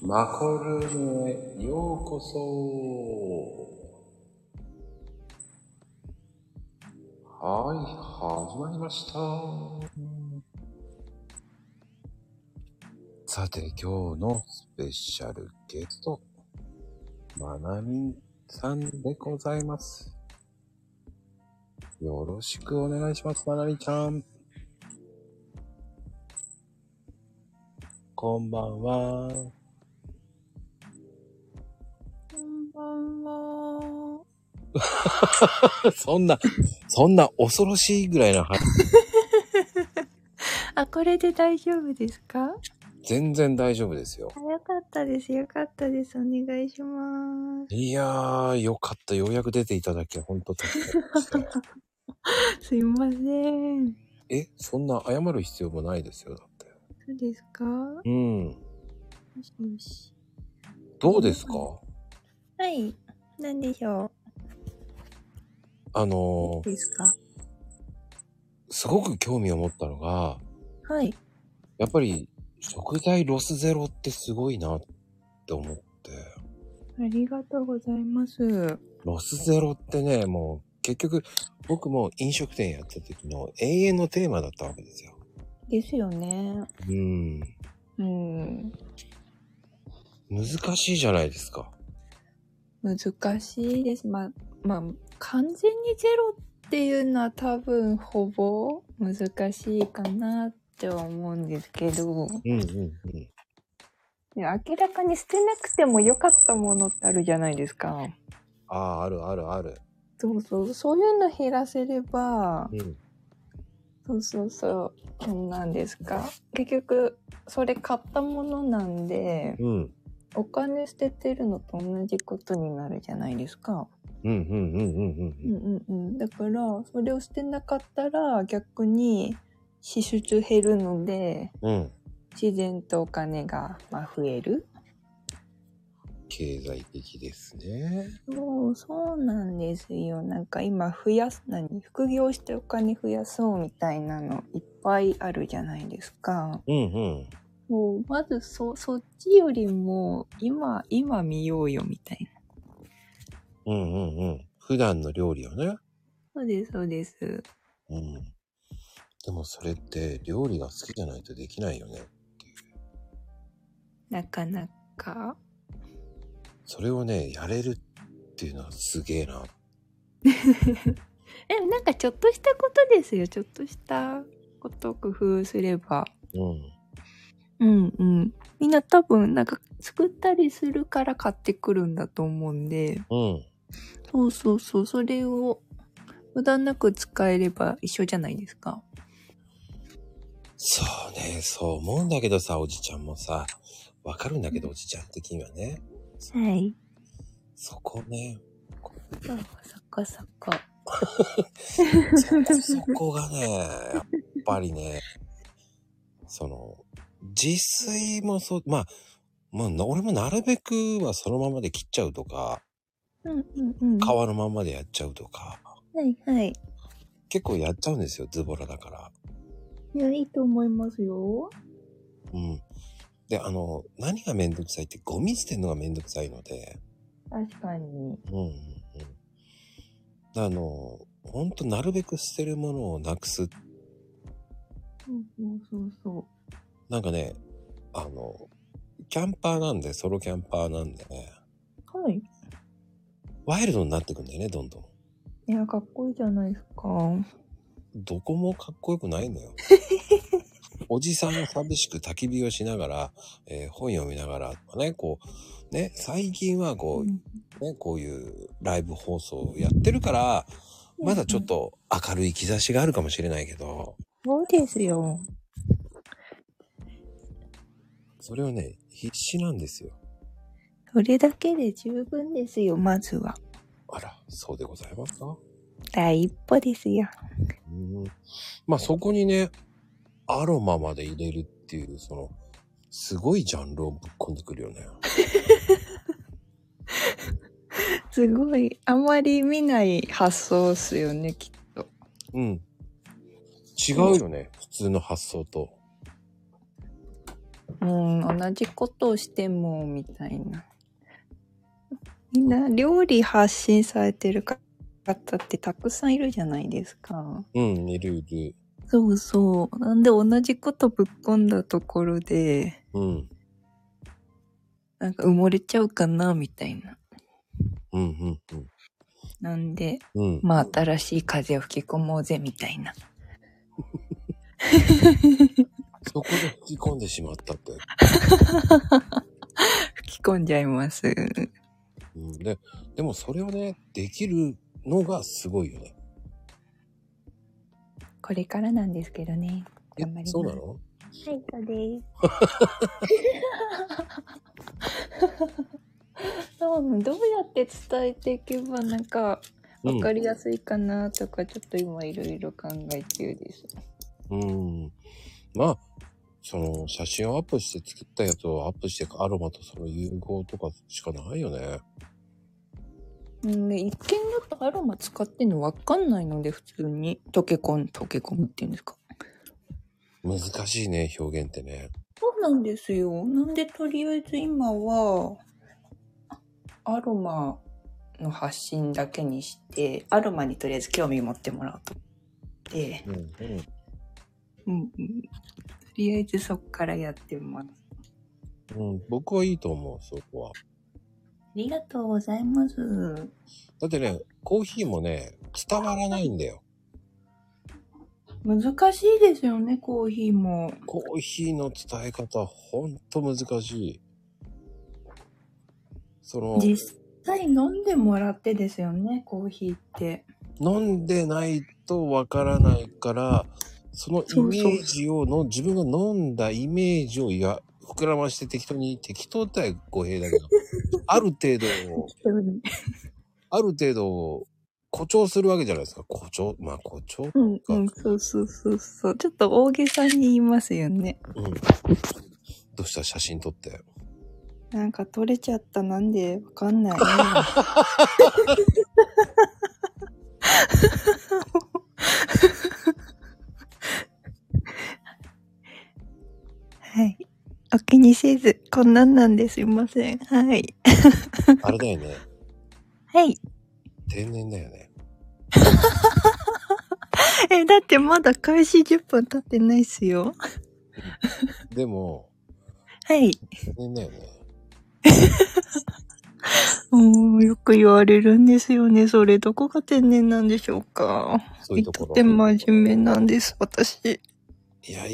マコルームへようこそ。はい、始まりました。さて、今日のスペシャルゲスト、まなみさんでございます。よろしくお願いします、まなみちゃん。こんばんは。 こんばんは。 そんな恐ろしいぐらいな話。 あ、これで大丈夫ですか？ 全然大丈夫ですよ。 よかったです。よかったです。お願いします。 いやー、よかった。ようやく出ていただき、ほんと助かりました。 すいません。 そんな謝る必要もないですよ、だって。 そうですか？ うん。 よしよし。 どうですか？ はい。何でしょうですか？ すごく興味を持ったのが、 はい。 やっぱり食材ロスゼロってすごいなって思って。 ありがとうございます。 ロスゼロってね、もう結局僕も飲食店やった時の永遠のテーマだったわけですよ。 ですよね。 難しいじゃないですか。 難しいです。まあ、完全にゼロっていうのは多分ほぼ難しいかなって思うんですけど。明らかに捨てなくても良かったものってあるじゃないですか。 ある。 そういうの減らせれば、なんですか。結局、それ買ったものなんで、お金捨ててるのと同じことになるじゃないですか。だから、それを捨てなかったら逆に支出減るので、自然とお金が増える。 経済的ですね。 そうなんですよ。なんか今副業してお金増やそうみたいなのいっぱいあるじゃないですか。まずそっちよりも今見ようよみたいな。普段の料理をね。 そうです。 でもそれって料理が好きじゃないとできないよねっていう。 なかなか。 それをね、やれるっていうのはすげえな。 なんかちょっとしたことですよ。ちょっとしたことを工夫すれば。みんな多分なんか作ったりするから買ってくるんだと思うんで。それを無駄なく使えれば一緒じゃないですか。 そうね、そう思うんだけどさ、おじちゃんもさ、わかるんだけど、おじちゃん的にはね。 はい。 そこね。 そこ。 そこがね、やっぱりね、自炊もそう、俺もなるべくはそのままで切っちゃうとか、皮のままでやっちゃうとか。 はい。 結構やっちゃうんですよ、ズボラだから。 いや、いいと思いますよ。 で、何がめんどくさいってゴミ捨てるのがめんどくさいので。 確かに。 ほんとなるべく捨てるものをなくす。なんかね、キャンパーなんで、ソロキャンパーなんでね。 はい。 ワイルドになってくんだよね、どんどん。 いや、かっこいいじゃないですか。 どこもかっこよくないんだよ。おじさんが寂しく焚き火をしながら、本読みながらとかね、最近はこういうライブ放送をやってるから、まだちょっと明るい兆しがあるかもしれないけど。 そうですよ。 それはね、必死なんですよ。 それだけで十分ですよ、まずは。 あら、そうでございますか？ 第一歩ですよ。 そこにね、アロマまで入れるっていう、すごいジャンルをぶっ込んでくるよね。 すごい、あまり見ない発想っすよね、きっと。 違うよね、普通の発想と。 同じことをしても、みたいな。みんな料理発信されてる方ってたくさんいるじゃないですか。 いる。 そうそう。なんで同じことぶっ込んだところで、なんか埋もれちゃうかな、みたいな。なんで、まあ新しい風を吹き込もうぜ、みたいな。 そこで吹き込んでしまったって。 吹き込んじゃいます。 でもそれをね、できるのがすごいよね。 これからなんですけどね。頑張ります。 そうなの？ はい、そうです。どうやって伝えていけばなんかわかりやすいかなとか、ちょっと今いろいろ考え中です。 まあ、その写真をアップして作ったやつをアップしてアロマとその融合とかしかないよね。 一見だとアロマ使ってんのわかんないので、普通に溶け込むっていうんですか。 難しいね、表現ってね。 そうなんですよ。なんでとりあえず今はアロマの発信だけにして、アロマにとりあえず興味持ってもらうと思って、とりあえずそっからやってます。 僕はいいと思う、そこは。 ありがとうございます。 だってね、コーヒーもね、伝わらないんだよ。 難しいですよね、コーヒーも。 コーヒーの伝え方、ほんと難しい。 実際飲んでもらってですよね、コーヒーって。 飲んでないとわからないから、そのイメージを自分が飲んだイメージを膨らまして適当って語弊だけど、ある程度誇張するわけじゃないですか。誇張そう。ちょっと大げさに言いますよね。 どうした？写真撮って。 なんか撮れちゃった。なんでわかんない。はい。お気にせず、こんなんなんですいません。はい。 あれだよね。 はい。 天然だよね。 だってまだ開始10分経ってないっすよ。 でも、 はい。 天然だよね。 よく言われるんですよね。それどこが天然なんでしょうか。 そういうところ。 とても真面目なんです、私。 いや。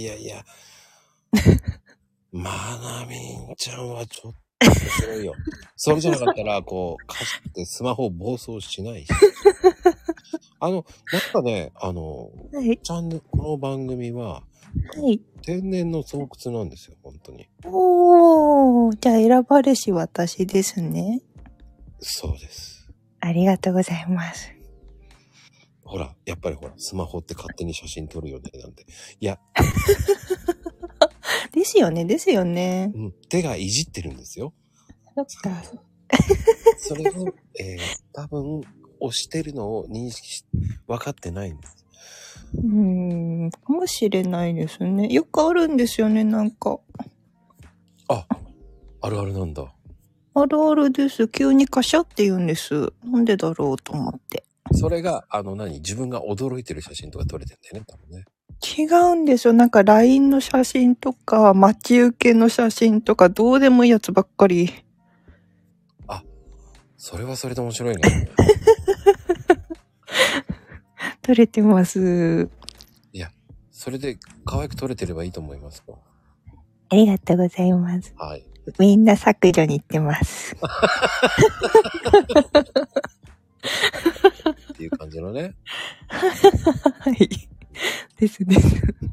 まなみんちゃんはちょっと面白いよ。それじゃなかったら、こう、かしってスマホ暴走しないし。なんかね、はい、この番組は、はい、天然の巣窟なんですよ、本当に。じゃあ選ばれし私ですね。そうです。ありがとうございます。ほら、やっぱりスマホって勝手に写真撮るよね、なんて。いや。ですよね。手がいじってるんですよ。そっか。それを、多分、押してるのを認識し、分かってないんです。かもしれないですね。よくあるんですよね、なんか。あるあるなんだ。あるあるです。急にカシャって言うんです。なんでだろうと思って。それが、自分が驚いてる写真とか撮れてんだよね、多分ね。違うんですよ。なんか LINE の写真とか、待ち受けの写真とか、どうでもいいやつばっかり。それはそれで面白いね。撮れてます。いや、それで可愛く撮れてればいいと思いますよ。ありがとうございます。はい。みんな削除に行ってます。っていう感じのね。はい。ですね。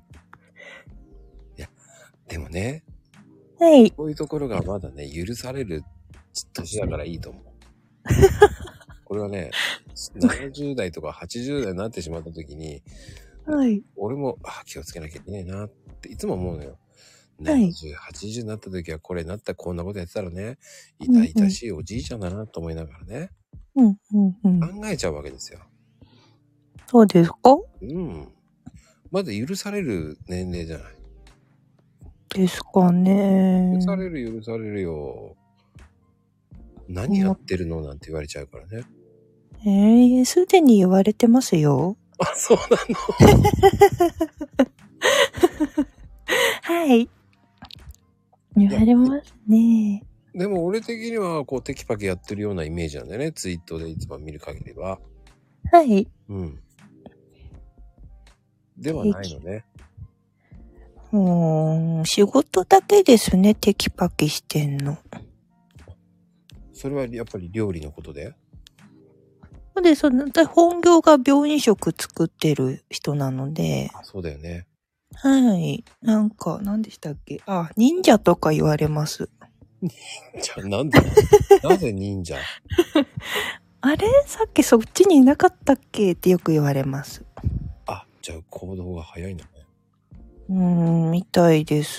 いや、でもね。はい。こういうところがまだね、許される年だからいいと思う。これはね、70代とか80代になってしまった時に、はい。俺も、気をつけなきゃいけないなっていつも思うのよ。70、80になった時はこれになったらこんなことやってたらね、痛々しいおじいちゃんだなと思いながらね。考えちゃうわけですよ。そうですか？まだ許される年齢じゃない。 ですかね。 許されるよ。何やってるのなんて言われちゃうからね。 すでに言われてますよ。 あ、そうなのはい。言われますね。 でも俺的にはこうテキパキやってるようなイメージなんだよね。ツイートでいつも見る限りは。 はい。 うん。ではないのね。 仕事だけですね、テキパキしてんの。 それはやっぱり料理のことで？ そうです、本業が病院食作ってる人なので。 あ、そうだよね。 はい。なんか、何でしたっけ？あ、忍者とか言われます。 忍者？なんでなぜ忍者？ あれ？さっきそっちにいなかったっけってよく言われます。 あ、じゃあ行動が早いんだね。 みたいです。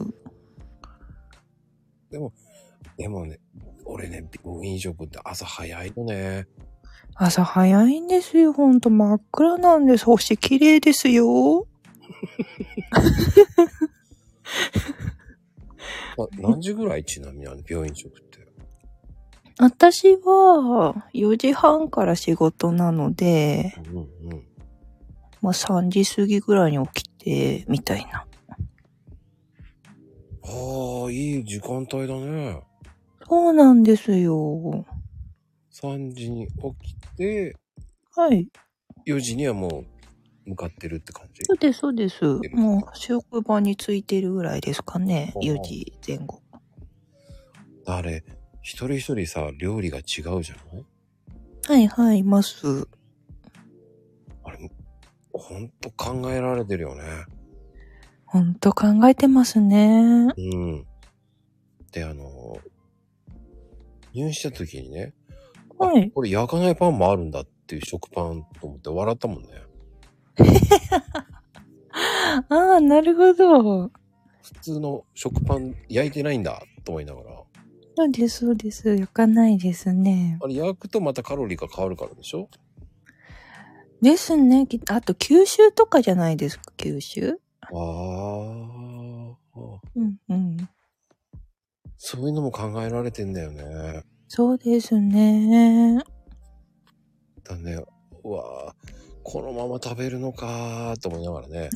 でもね、俺ね、病院食って朝早いのね。 朝早いんですよ、ほんと真っ暗なんです。星綺麗ですよ。 何時ぐらいちなみに病院食って。 私は4時半から仕事なので、まあ3時過ぎぐらいに起きて、みたいな。 ああ、いい時間帯だね。 そうなんですよ。 3時に起きて、 はい。 4時にはもう向かってるって感じ？ そうです、そうです。もう職場に着いてるぐらいですかね。4時前後。 あれ、一人一人さ、料理が違うじゃない？ はいはい、います。 あれ、ほんと考えられてるよね。 ほんと考えてますね。 うん。で、入院した時にね、 はい。 これ焼かないパンもあるんだっていう食パンと思って笑ったもんね。 ああ、なるほど。 普通の食パン焼いてないんだと思いながら。 そうです、そうです。焼かないですね。 あれ焼くとまたカロリーが変わるからでしょ？ ですね。あと、吸収とかじゃないですか、吸収？うんうん。 そういうのも考えられてんだよね。 そうですね。 だね。うわぁ、このまま食べるのかーと思いながらね。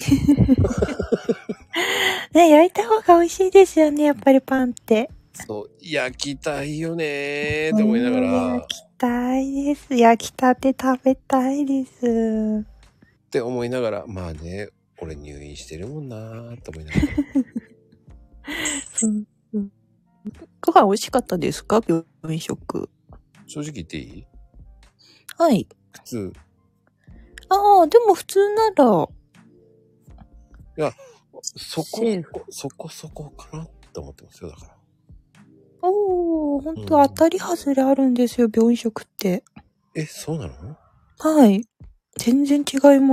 ね、焼いた方が美味しいですよね、やっぱりパンって。 そう、焼きたいよねーと思いながら。 焼きたいです。焼きたて食べたいです。 って思いながら、まあね、俺入院してるもんなーと思いながら。 ご飯美味しかったですか？病院食。 正直言っていい？ はい。 普通。 ああ、でも普通なら。 いや、そこそこかなって思ってますよ、だから。 おー、ほんと当たり外れあるんですよ、病院食って。 え、そうなの？ はい。全然違います。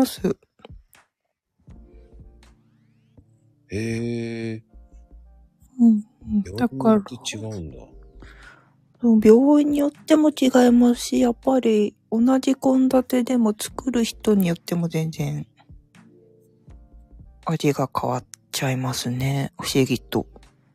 へえ。 うん、だから。 病院って違うんだ。 病院によっても違いますし、やっぱり同じ献立でも作る人によっても全然味が変わっちゃいますね。不思議と。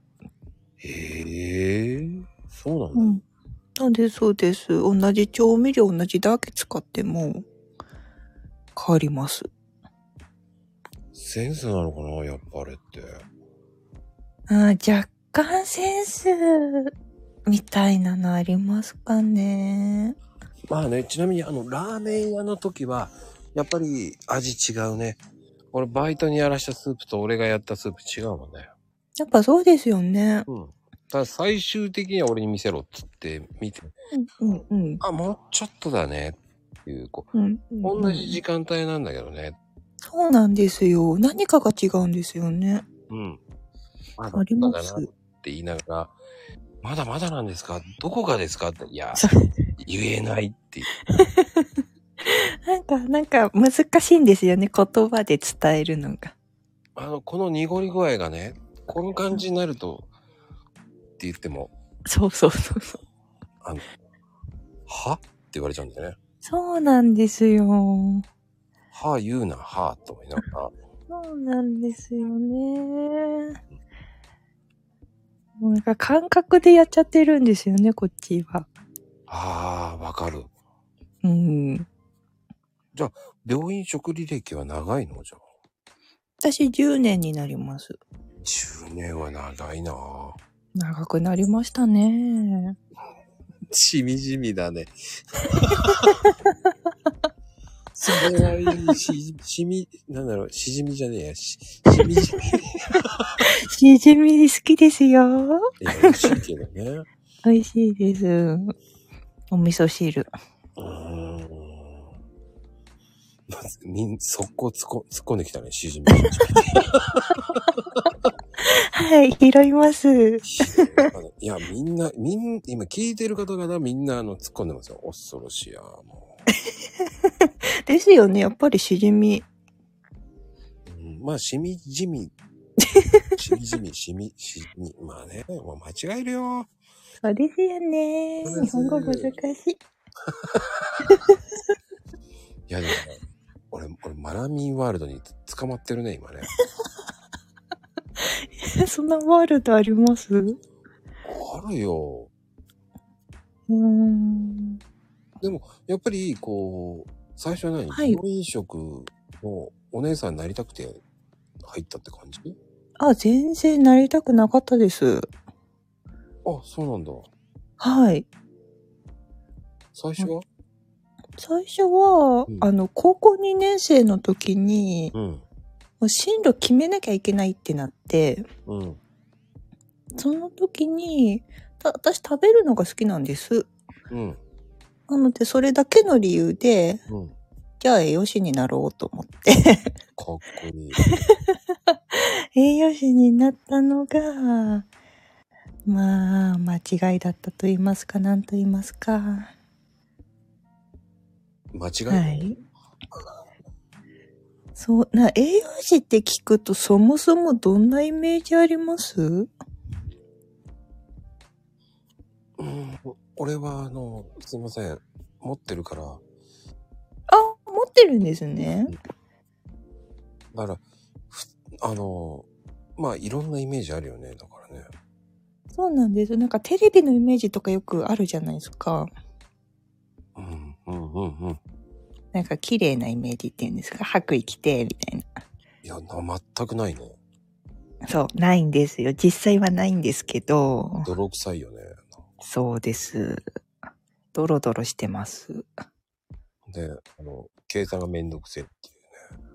へえ、そうなんだ。 うん。そうです、そうです。同じ調味料同じだけ使っても変わります。 センスなのかな、やっぱあれって。 若干センスみたいなのありますかね。 まあね、ちなみにラーメン屋の時は、やっぱり味違うね。俺バイトにやらしたスープと俺がやったスープ違うもんね。 やっぱそうですよね。 うん。ただ最終的には俺に見せろっつって見て。あ、もうちょっとだねっていう、同じ時間帯なんだけどね。 そうなんですよ。何かが違うんですよね。 うん。 あります。 って言いながら、まだまだなんですか？どこがですか？って、いや、言えないっていう。 なんか難しいんですよね。言葉で伝えるのが。 この濁り具合がね、この感じになると、って言っても。 そう。 はって言われちゃうんだよね。 そうなんですよ。 は言うな、はと思いながら。 そうなんですよね。 なんか感覚でやっちゃってるんですよね、こっちは。 ああ、わかる。 うん。 じゃあ、病院食履歴は長いのじゃあ。 私10年になります。 10年は長いな。 長くなりましたね。 しみじみだね。それはいいなんだろう、しじみじゃねえや、しみじみ。 しじみ好きですよ。 いや、美味しいけどね。 美味しいです。お味噌汁。 まず、速攻突っ込んできたね、しじみ。 はい、拾います。 いや、今聞いてる方々みんな突っ込んでますよ。恐ろしいや、もう。ですよね、やっぱりしじみ。 まあ、しみじみ。まあね、もう間違えるよ。 そうですよね。日本語難しい。いや、でもね、俺、マナミンワールドに捕まってるね、今ね。 そんなワールドあります？ あるよ。でも、やっぱり、最初は何、はい、病院食のお姉さんになりたくて入ったって感じ？ 全然なりたくなかったです。 そうなんだ。 はい。 最初は、 高校2年生の時に、もう進路決めなきゃいけないってなって、その時に、私食べるのが好きなんです。なので、それだけの理由で、じゃあ栄養士になろうと思って。かっこいい。 栄養士になったのが、まあ、間違いだったと言いますか、なんと言いますか。 間違い？ はい。栄養士って聞くとそもそもどんなイメージあります？ 俺はすいません。持ってるから。 持ってるんですね。 だから、まあいろんなイメージあるよね。だからね。 そうなんです。なんかテレビのイメージとかよくあるじゃないですか。なんか綺麗なイメージっていうんですか、白衣着て、みたいな。 いや、全くないね。 そう、ないんですよ。実際はないんですけど。 泥臭いよね。 そうです。ドロドロしてます。 で、計算がめんどくせえっていうね。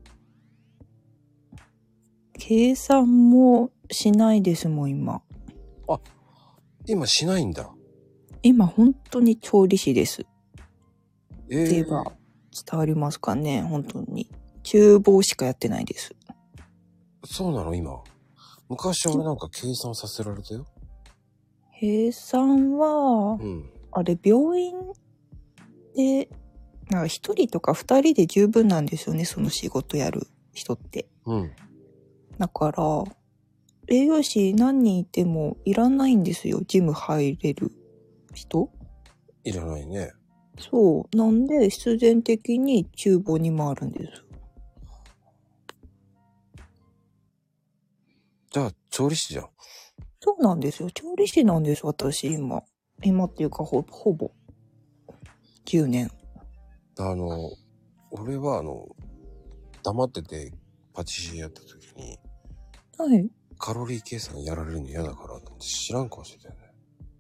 計算もしないですもん、今。 今しないんだ。 今本当に調理師です。って言えば伝わりますかね、本当に。厨房しかやってないです。 そうなの今。昔俺なんか計算させられたよ。 計算は、あれ病院で、なんか一人とか二人で十分なんですよね、その仕事やる人って。だから、栄養士何人いてもいらないんですよ、ジム入れる人。 いらないね。 そう。なんで、必然的に厨房に回るんです。 じゃあ、調理師じゃん。 そうなんですよ。調理師なんです、私、今。今っていうか、ほぼ。10年。 俺は、黙ってて、パティシエやった時に、 はい。 カロリー計算やられるの嫌だからと思って知らん顔してたよね。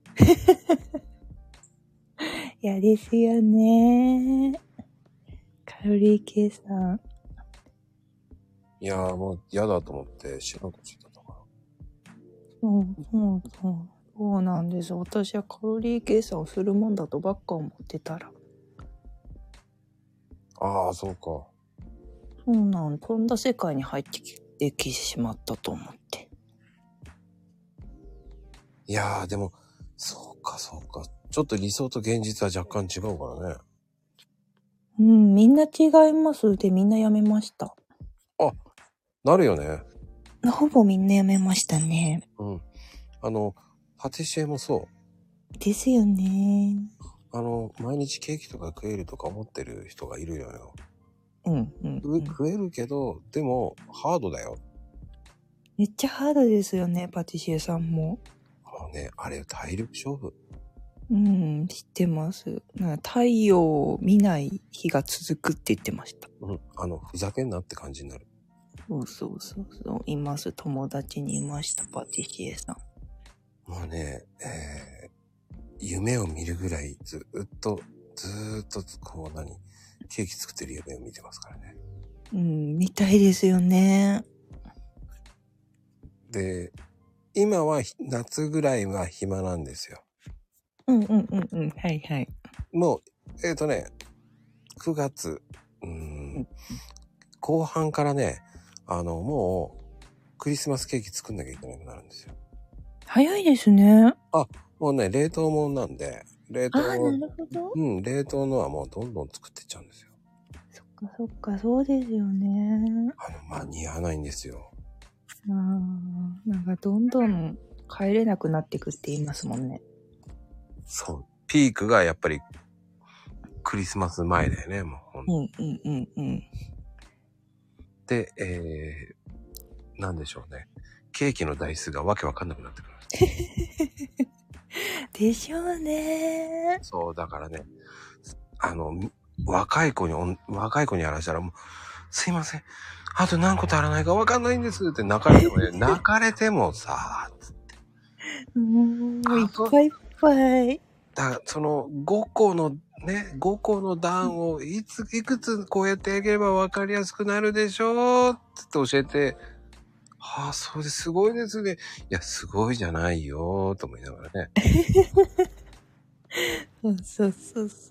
嫌ですよね。カロリー計算。 いやーもう嫌だと思って知らん顔してたから。 そうなんです。私はカロリー計算をするもんだとばっか思ってたら。 そうか。 こんな世界に入ってきてしまったと思って。 いやーでも、そうか。ちょっと理想と現実は若干違うからね。 みんな違います。で、みんな辞めました。 なるよね。 ほぼみんな辞めましたね。 パティシエもそう。 ですよね。 毎日ケーキとか食えるとか思ってる人がいるよよ。 食えるけど、でも、ハードだよ。 めっちゃハードですよね、パティシエさんも。 もうね、あれ体力勝負。 うん、知ってます。なんか太陽を見ない日が続くって言ってました。 うん、ふざけんなって感じになる。 そう、います。友達にいました、パティシエさん。 もうね、夢を見るぐらいずーっと、こうケーキ作ってる夢を見てますからね。 うん、見たいですよね。 で、今は夏ぐらいは暇なんですよ。 うん、はい。 もう、9月、後半からね、もう、クリスマスケーキ作んなきゃいけなくなるんですよ。 早いですね。 もうね、冷凍もんなんで、 なるほど。 冷凍のはもうどんどん作っていっちゃうんですよ。 そっか、そうですよね。 間に合わないんですよ。 なんかどんどん帰れなくなってくって言いますもんね。 そう。ピークがやっぱりクリスマス前だよね、もう。で、なんでしょうね。ケーキの台数がわけわかんなくなってくる。 でしょうね。 そう、だからね、若い子にやらしたらもう、すいません。あと何個足らないかわかんないんですって泣かれてもね、泣かれてもさ、つって。 いっぱいいっぱい。 だから、その5個の段をいくつ超えてあげればわかりやすくなるでしょうって教えて、そうです、すごいですね。いや、すごいじゃないよと思いながらね。 そう。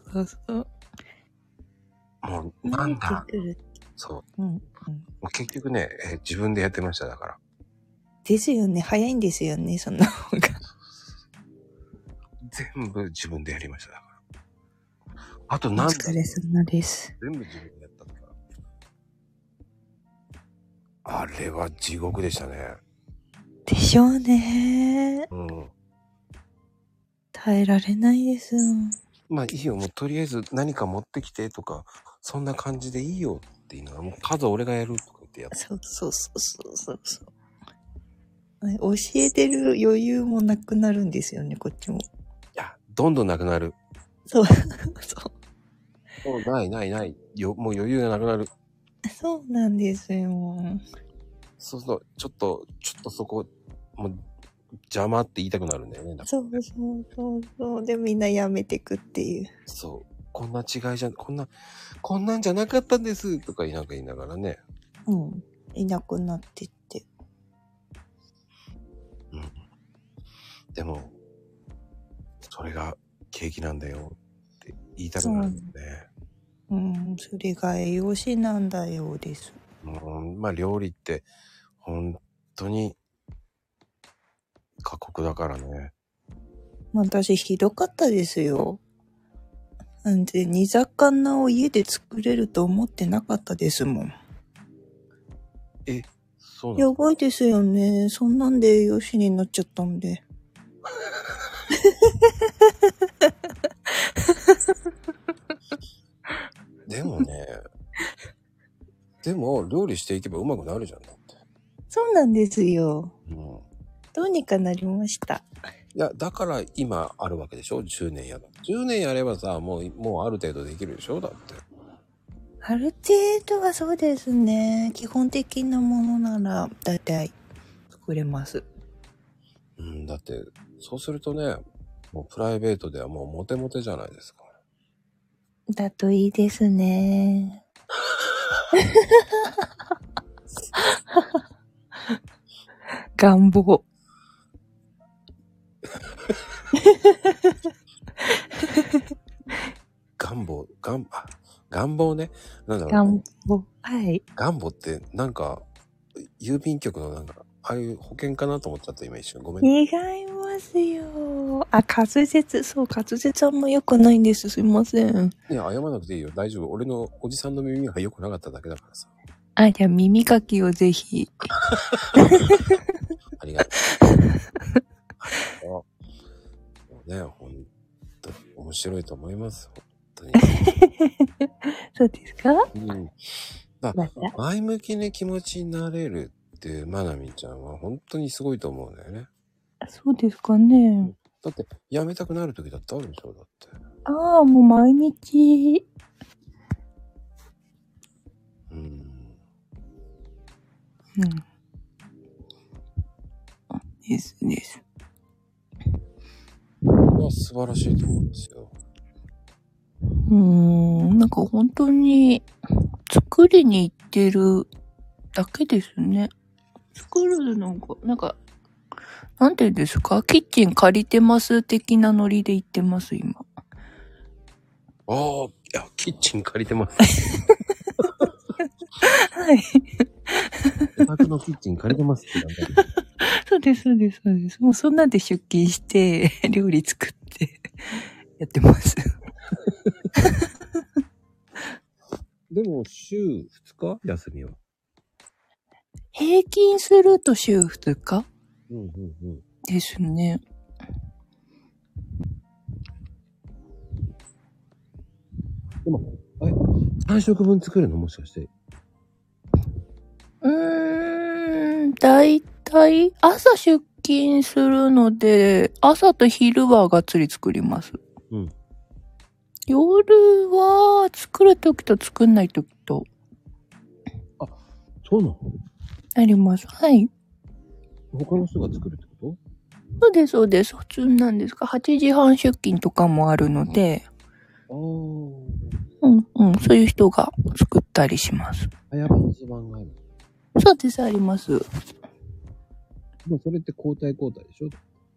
もう、なんだ。そう。結局ね、自分でやってました、だから。 ですよね。早いんですよね、そんな方が。 全部自分でやりました、だから。あとお疲れ様です。 全部自分でやったから。あれは地獄でしたね。 でしょうね。耐えられないです。 まあいいよ、もうとりあえず何か持ってきてとか、そんな感じでいいよって言いながら、もう数俺がやるとか言ってやって。 そう。教えてる余裕もなくなるんですよね、こっちも。いや、どんどんなくなる。 そう。 もうない。もう余裕がなくなる。 そうなんですよ。 ちょっとそこ、もう邪魔って言いたくなるんだよね。 そう。で、みんなやめてくっていう。 そう。こんな違いじゃ、こんなんじゃなかったんですとか言いながらね。 いなくなってって。 でも、それがケーキなんだよって言いたくなるんだよね。それが栄養士なんだよです。 まあ料理って本当に過酷だからね。 私ひどかったですよ。なんで煮魚を家で作れると思ってなかったですもん。 そうなの？ やばいですよね。そんなんで栄養士になっちゃったんで。 でもね、料理していけばうまくなるじゃん。 そうなんですよ。どうにかなりました。 いや、だから今あるわけでしょ ?10 年やる。10年やればさ、もうある程度できるでしょだって。 ある程度はそうですね。基本的なものならだいたい作れます。 だって、そうするとね、もうプライベートではもうモテモテじゃないですか。 だといいですね。願望。 願望ね。なんだろう。 願望。はい。 願望ってなんか、郵便局のなんか、ああいう保険かなと思っちゃった今一瞬。ごめん。 違いますよ。滑舌。そう、滑舌あんま良くないんです。すいません。 いや、謝らなくていいよ。大丈夫。俺のおじさんの耳が良くなかっただけだからさ。 じゃあ耳かきをぜひ。 ありがとう。ね、ほんと面白いと思います。本当に。 そうですか？ 前向きな気持ちになれるっていうまなみちゃんは本当にすごいと思うんだよね。 そうですかね。 だって、辞めたくなる時だってあるでしょ、だって。 ああ、もう毎日。ですです。 素晴らしいと思うんですよ。 なんか本当に作りに行ってるだけですね。作るのが、なんか、なんていうんですか？キッチン借りてます的なノリで行ってます、今。 ああ、いや、キッチン借りてます。 はい。 自宅のキッチン借りてますって感じ。 そうです、そうです、そうです。もうそんなんで出勤して、料理作ってやってます。 でも、週2日休みは。 平均すると週2日ですね。 でも、3食分作るのもしかして。 だいたい朝出勤するので、朝と昼はがっつり作ります。夜は作るときと作んないときと。 あ、そうなの？ あります。はい。 他の人が作るってこと？ そうです、そうです。普通なんですか。8時半出勤とかもあるので。そういう人が作ったりします。 早番遅番がある。 そうです、あります。 もうそれって交代交代でしょ？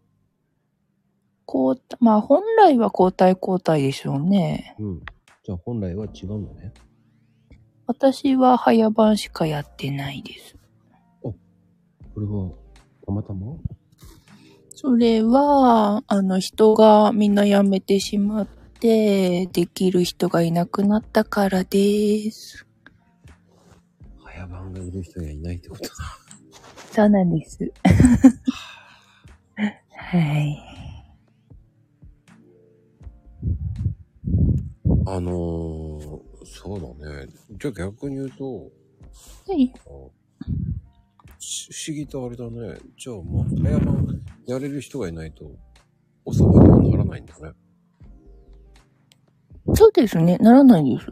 まあ本来は交代交代でしょうね。 じゃあ本来は違うんだね。 私は早番しかやってないです。 これはたまたま？ それは、人がみんな辞めてしまって、できる人がいなくなったからです。 早番がいる人がいないってことだ。 そうなんです。はい。 そうだね。じゃあ逆に言うと、 はい。 不思議とあれだね。じゃあもう早番やれる人がいないと、お騒ぎはならないんだね。 そうですね。ならないです。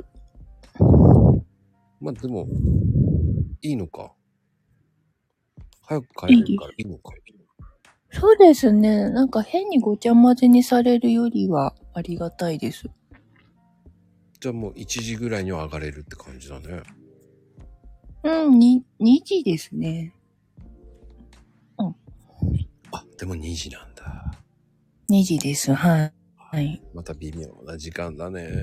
まあでも、いいのか。早く帰れるからいいのか。 そうですね。なんか変にごちゃ混ぜにされるよりはありがたいです。 じゃあもう1時ぐらいには上がれるって感じだね。 2時ですね。 でも2時なんだ。 2時です。はい。 また微妙な時間だね。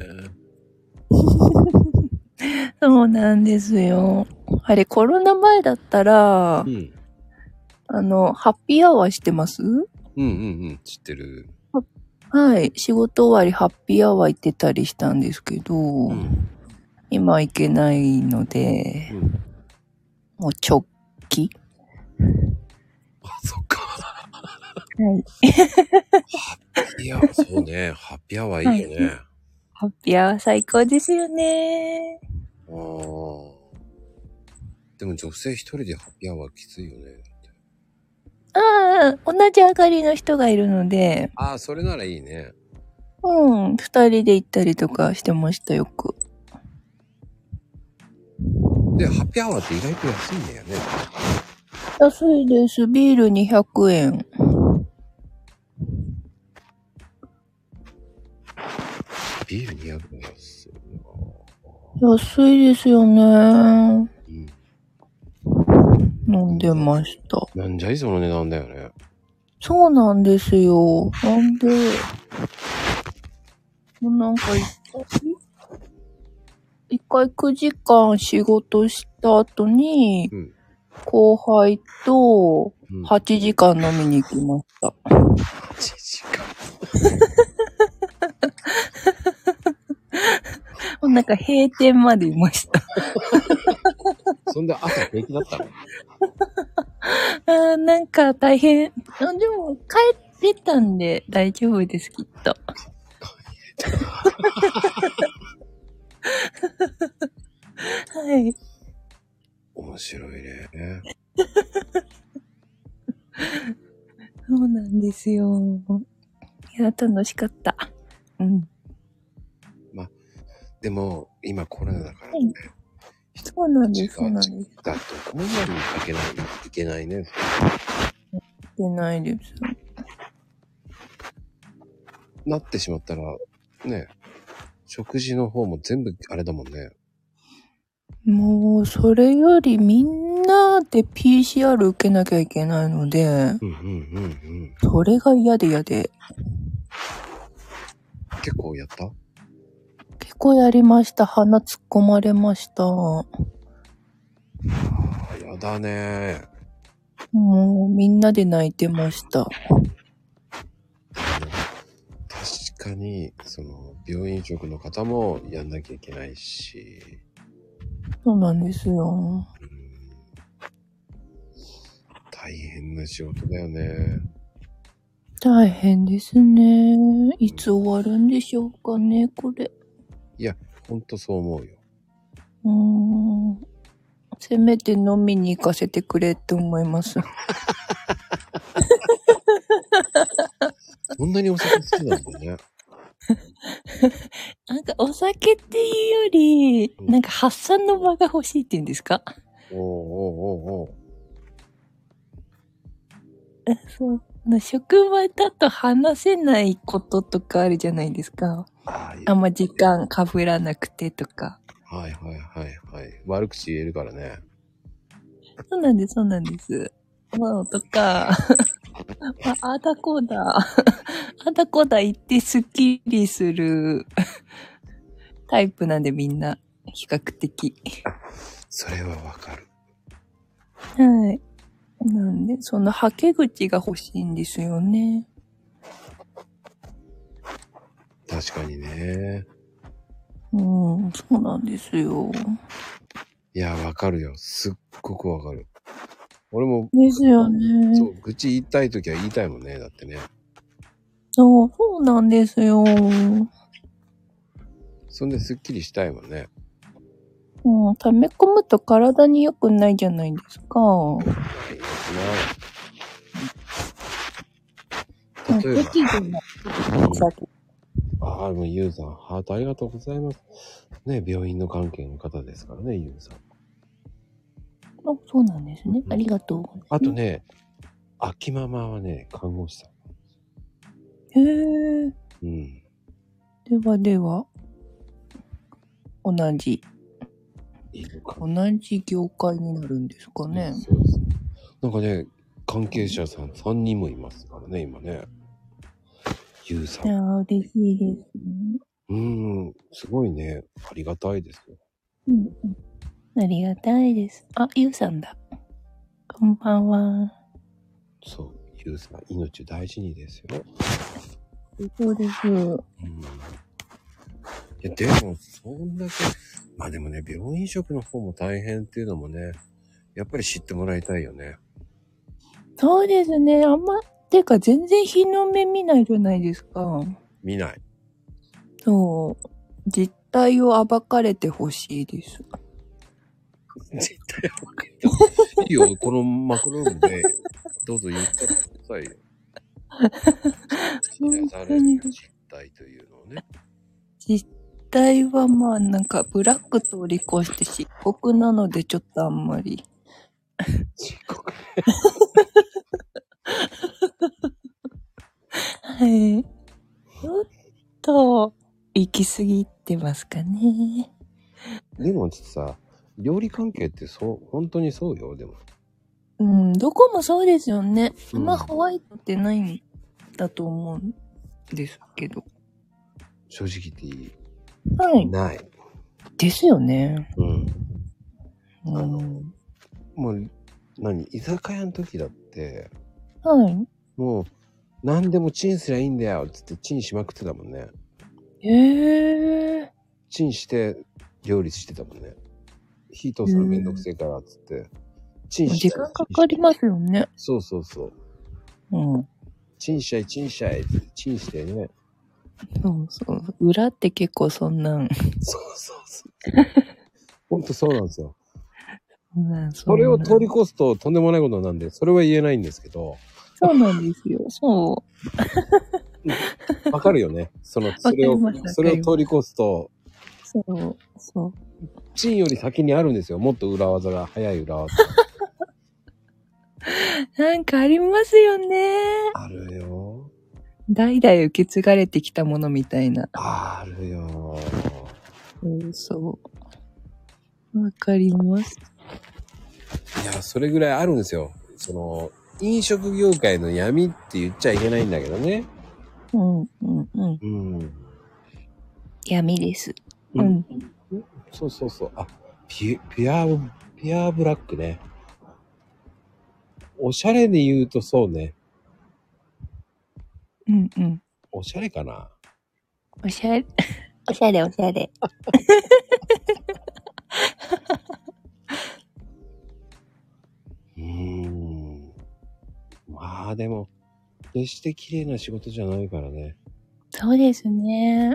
そうなんですよ。あれ、コロナ前だったら、ハッピーアワーしてます？ 知ってる。 はい。仕事終わりハッピーアワー行ってたりしたんですけど、今行けないので、もう直帰。 そっか。 はい。 ハッピーアワー、そうね。ハッピーアワーいいよね。 ハッピーアワー最高ですよね。 でも女性一人でハッピーアワーきついよね。 同じ上がりの人がいるので。 それならいいね。 2人で行ったりとかしてました、よく。 で、ハッピーアワーって意外と安いんだよね。 安いです。ビール200円。 ビール200円安いな。安いですよね。飲んでました。 なんじゃいその値段だよね。 そうなんですよ。なんで、なんか一回9時間仕事した後に、後輩と8時間飲みに行きました。 8時間なんか閉店までいました。 そんで朝平気だったの？ なんか大変。でも帰れたんで大丈夫です、きっと。はい。 面白いね。 そうなんですよ。いや、楽しかった。うん。 まあ、でも、今コロナだからね。はい、 そうなんです、そうなんです。 だとこんなにいけないね。いけないです。 なってしまったら、ね、食事の方も全部あれだもんね。 もう、それよりみんなで PCR 受けなきゃいけないので、それが嫌で嫌で。 結構やった？ 結構やりました。鼻突っ込まれました。 やだね。 もうみんなで泣いてました。 確かに、病院職の方もやんなきゃいけないし。 そうなんですよ。 大変な仕事だよね。 大変ですね。いつ終わるんでしょうかね、これ。 いや、ほんとそう思うよ。 せめて飲みに行かせてくれって思います。 そんなにお酒好きなんだね。 なんかお酒っていうより、なんか発散の場が欲しいっていうんですか？そう。職場だと話せないこととかあるじゃないですか。あんま時間被らなくてとか。 はいはいはいはい。悪口言えるからね。 そうなんです、そうなんです。まあ、とか、あだこだ、あだこだ言ってスッキリするタイプなんでみんな、比較的。 それはわかる。 はい。なんで、そのはけ口が欲しいんですよね。 確かにね。 そうなんですよ。 いや、わかるよ。すっごくわかる。俺も。 ですよね。 そう、愚痴言いたいときは言いたいもんね。だってね。 そうなんですよ。 そんですっきりしたいもんね。 溜め込むと体に良くないじゃないですか。 例えば。もうユウさん、ハートありがとうございます。ね、病院の関係の方ですからね、ユウさん。 そうなんですね。ありがとう。 あとね、秋ママはね、看護師さん。へえ。ではでは、同じ業界になるんですかね。 そうです。なんかね、関係者さん3人もいますからね、今ね。ユウさん。 いやー、嬉しいですね。 すごいね。ありがたいですよ。 ありがたいです。ユウさんだ。こんばんは。 そう、ユウさん、命大事にですよ。 そうです。 いや、でも、そんだけ、まあでもね、病院食の方も大変っていうのもね、やっぱり知ってもらいたいよね。 そうですね。てか全然日の目見ないじゃないですか。 見ない。 そう。実態を暴かれてほしいです。 実態暴かれてほしい。いいよ、このマクロームで、どうぞ言ってくださいよ。知らされる実態というのをね。 実態はまあなんかブラック通り越して漆黒なのでちょっとあんまり。漆黒はい。ちょっと行き過ぎてますかね。 でもさ、料理関係って本当にそうよ、でも。 どこもそうですよね。ホワイトってないんだと思うんですけど。 正直言っていい？ はい。 ない。 ですよね。 もう、居酒屋の時だって、 はい。 もう、何でもチンすりゃいいんだよ、つってチンしまくってたもんね。チンして料理してたもんね。火通すのめんどくせえから、つって。チンし時間かかりますよね。 そうそうそう。チンしちゃい、チンしてね。 そうそう。裏って結構そんなん。 そうそうそう。ほんとそうなんですよ。 それを通り越すととんでもないことなんで、それは言えないんですけど。 そうなんですよ。そう。 わかるよね。それを通り越すと。 そう。 チンより先にあるんですよ。もっと裏技が、早い裏技。 なんかありますよね。 あるよ。 代々受け継がれてきたものみたいな。 あるよ。 そう。わかります。 いや、それぐらいあるんですよ。飲食業界の闇って言っちゃいけないんだけどね。 闇です。 そう。あ、ピュアブラックね。おしゃれで言うとそうね。おしゃれかな。 おしゃれ。 まあでも、決して綺麗な仕事じゃないからね。 そうですね。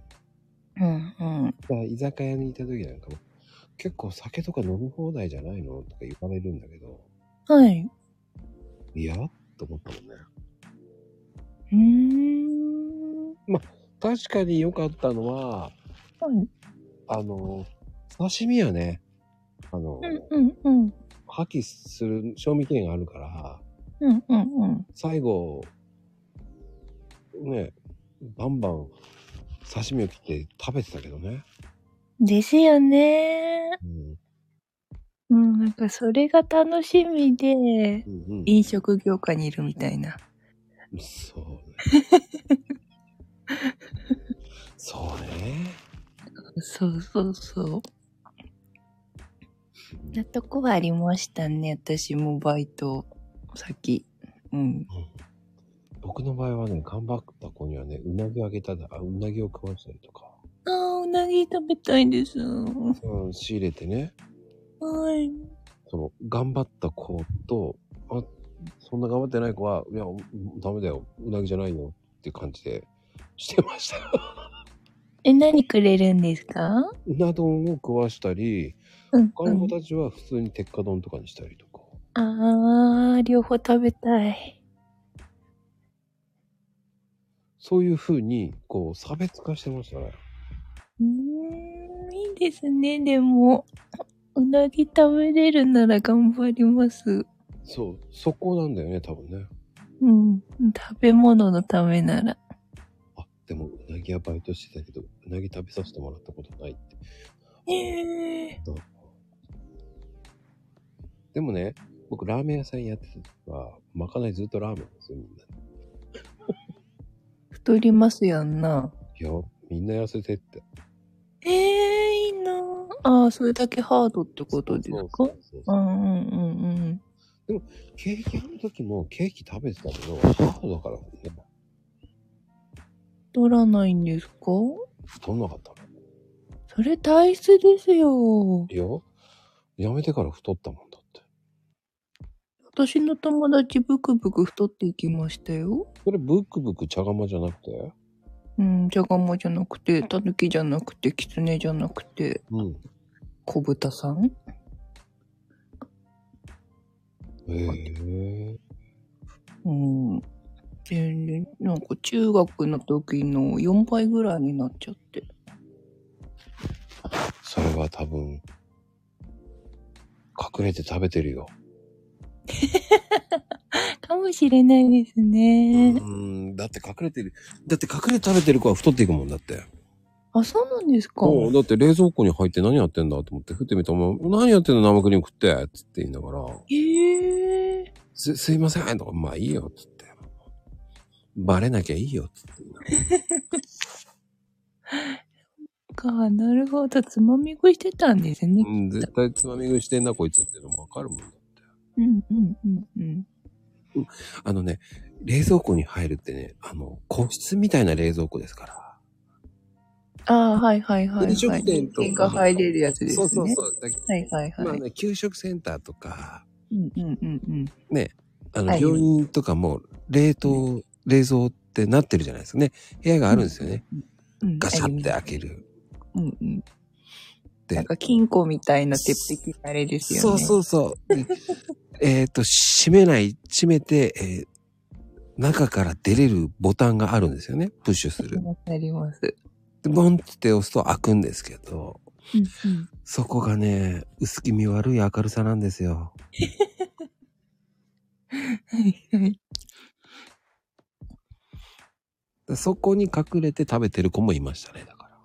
居酒屋にいた時なんかも、結構酒とか飲み放題じゃないのとか言われるんだけど。 はい。 いやと思ったもんね。まあ、確かに良かったのは、刺身はね、破棄する賞味期限があるから、最後、ね、バンバン刺身を切って食べてたけどね。 ですよね。なんかそれが楽しみで、飲食業界にいるみたいな。 そうね。そうね。 そう。なとこはありましたね。私もバイト先。 僕の場合はね、頑張った子にはね、うなぎを食わしたりとか。 うなぎ食べたいです。 仕入れてね。 はい。 頑張った子と、そんな頑張ってない子は、いや、ダメだよ。うなぎじゃないよって感じでしてました。 何くれるんですか？ うな丼を食わしたり、他の子たちは普通に鉄火丼とかにしたりとか。 両方食べたい。 そういう風に、差別化してましたね。 いいですね。でも、うなぎ食べれるなら頑張ります。 そう、そこなんだよね、多分ね。 食べ物のためなら。 でも、うなぎはバイトしてたけど、うなぎ食べさせてもらったことないって。でもね、僕ラーメン屋さんやってた時は、まかないずっとラーメンですよ、みんな。 太りますやんな。 いや、みんな痩せてって。 いいな。それだけハードってことですか？そう。 でも、ケーキ屋の時もケーキ食べてたけど、ハードだからね。 太らないんですか？ 太んなかったの。 それ体質ですよ。 いや、やめてから太ったもんだって。 私の友達ブクブク太っていきましたよ。 それブクブク茶釜じゃなくて？ 茶釜じゃなくて、タヌキじゃなくて、キツネじゃなくて、小豚さん？全然、なんか中学の時の4倍ぐらいになっちゃって。 それは多分、隠れて食べてるよ。 かもしれないですね。 だって隠れて食べてる子は太っていくもんだって。 そうなんですか？ だって冷蔵庫に入って何やってんだと思って振ってみたら、何やってんの生クリーム食ってつって言いながら。すいませんとか、まあいいよつって。バレなきゃいいよつって。 なるほど。つまみ食いしてたんですね。 絶対つまみ食いしてんなこいつってのもわかるもんだって。冷蔵庫に入るってね、個室みたいな冷蔵庫ですから。 はい。 飲食店とか。 が入れるやつですね。 そう。 はい。 まあね、給食センターとか。 ね、 病院とかも冷蔵ってなってるじゃないですかね。部屋があるんですよね。ガシャって開ける。 て。 なんか金庫みたいな鉄壁あれですよね。 そうそう。閉めて、中から出れるボタンがあるんですよね。プッシュする。 あります。 で、ボンって押すと開くんですけど、 うんうん、 そこがね、薄気味悪い明るさなんですよ。 はいはい。 そこに隠れて食べてる子もいましたね、だから。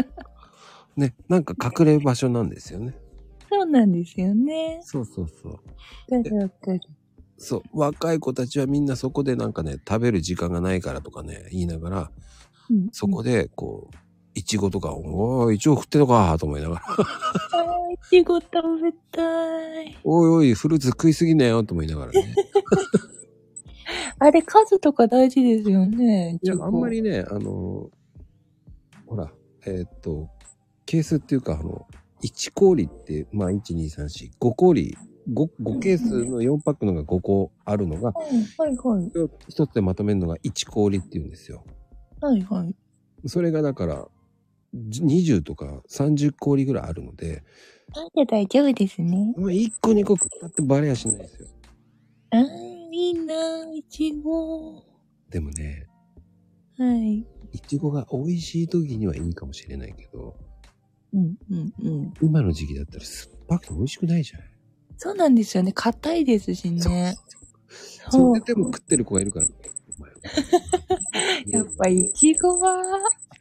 ね、なんか隠れ場所なんですよね。 そうなんですよね。 そうそうそう。 わかるわかる。 そう、若い子たちはみんなそこでなんかね、食べる時間がないからとかね、言いながら、うん、そこで、こう、いちごとか、おー、いちご食ってんのかと思いながら。 いちご食べたい。 おいおい、フルーツ食いすぎなよと思いながらね。 あれ、数とか大事ですよね。 いや、あんまりね、ほら、ケースっていうか、1氷って、まあ、1、2、3、4、5氷、5ケースの4パックのが5個あるのが、 はいはい。 一つでまとめるのが1氷って言うんですよ。 はいはい。 それがだから、20とか30氷ぐらいあるので。 大丈夫ですね。 まあ、1個2個食ったってバレやしないですよ。 いいなぁ、いちご。 でもね、 はい。 いちごが美味しい時にはいいかもしれないけど、 うんうんうん。 今の時期だったら酸っぱくて美味しくないじゃない。 そうなんですよね。硬いですしね。 それでも食ってる子がいるから。 やっぱいちごは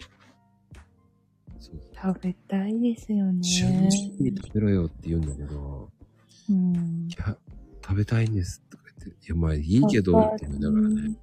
食べたいですよね。 瞬時に食べろよって言うんだけど、いや、食べたいんですとか言って、いや、まあいいけどって言いながらね。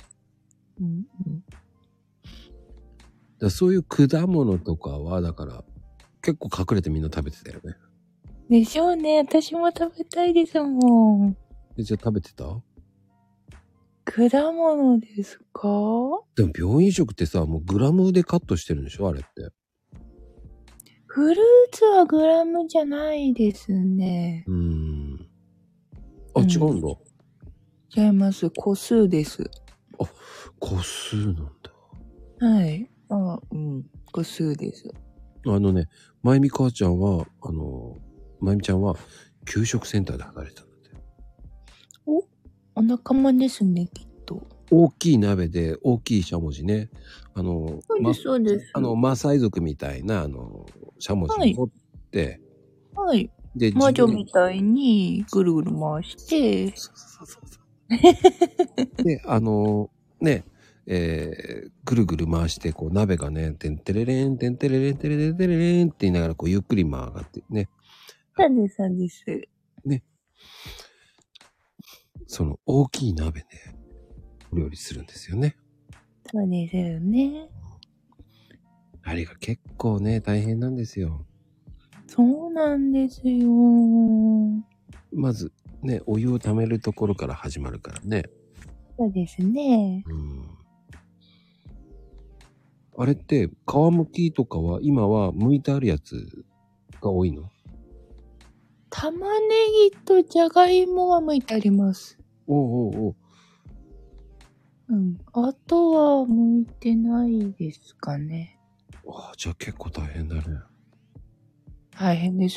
だそういう果物とかは、だから、結構隠れてみんな食べてたよね。 でしょうね。私も食べたいですもん。 じゃあ食べてた？ 果物ですか？ でも病院食ってさ、もうグラムでカットしてるんでしょあれって。 フルーツはグラムじゃないですね。 あ、違うんだ。 違います。個数です。 あ、個数なんだ。 はい。個数です。 まゆみ母ちゃんは、まゆみちゃんは、給食センターで働いてたんだって。 お仲間ですね、きっと。 大きい鍋で、大きいしゃもじね。 そうです、そうです。 マサイ族みたいな、しゃもじを持って、 はい。で、魔女みたいにぐるぐる回して、 で、ね、ぐるぐる回して、こう、鍋がね、てんてれれん、てんてれれん、てれれん、てれれんって言いながら、こう、ゆっくり回ってね。 そうです、そうです。 ね。その、大きい鍋で、お料理するんですよね。 そうですよね。 あれが結構ね、大変なんですよ。 そうなんですよ。 まず、ね、お湯を溜めるところから始まるからね。 そうですね。 あれって、皮むきとかは、今は剥いてあるやつが多いの？ 玉ねぎとじゃがいもは剥いてあります。 おう。 あとは剥いてないですかね。 じゃあ結構大変だね。 大変です。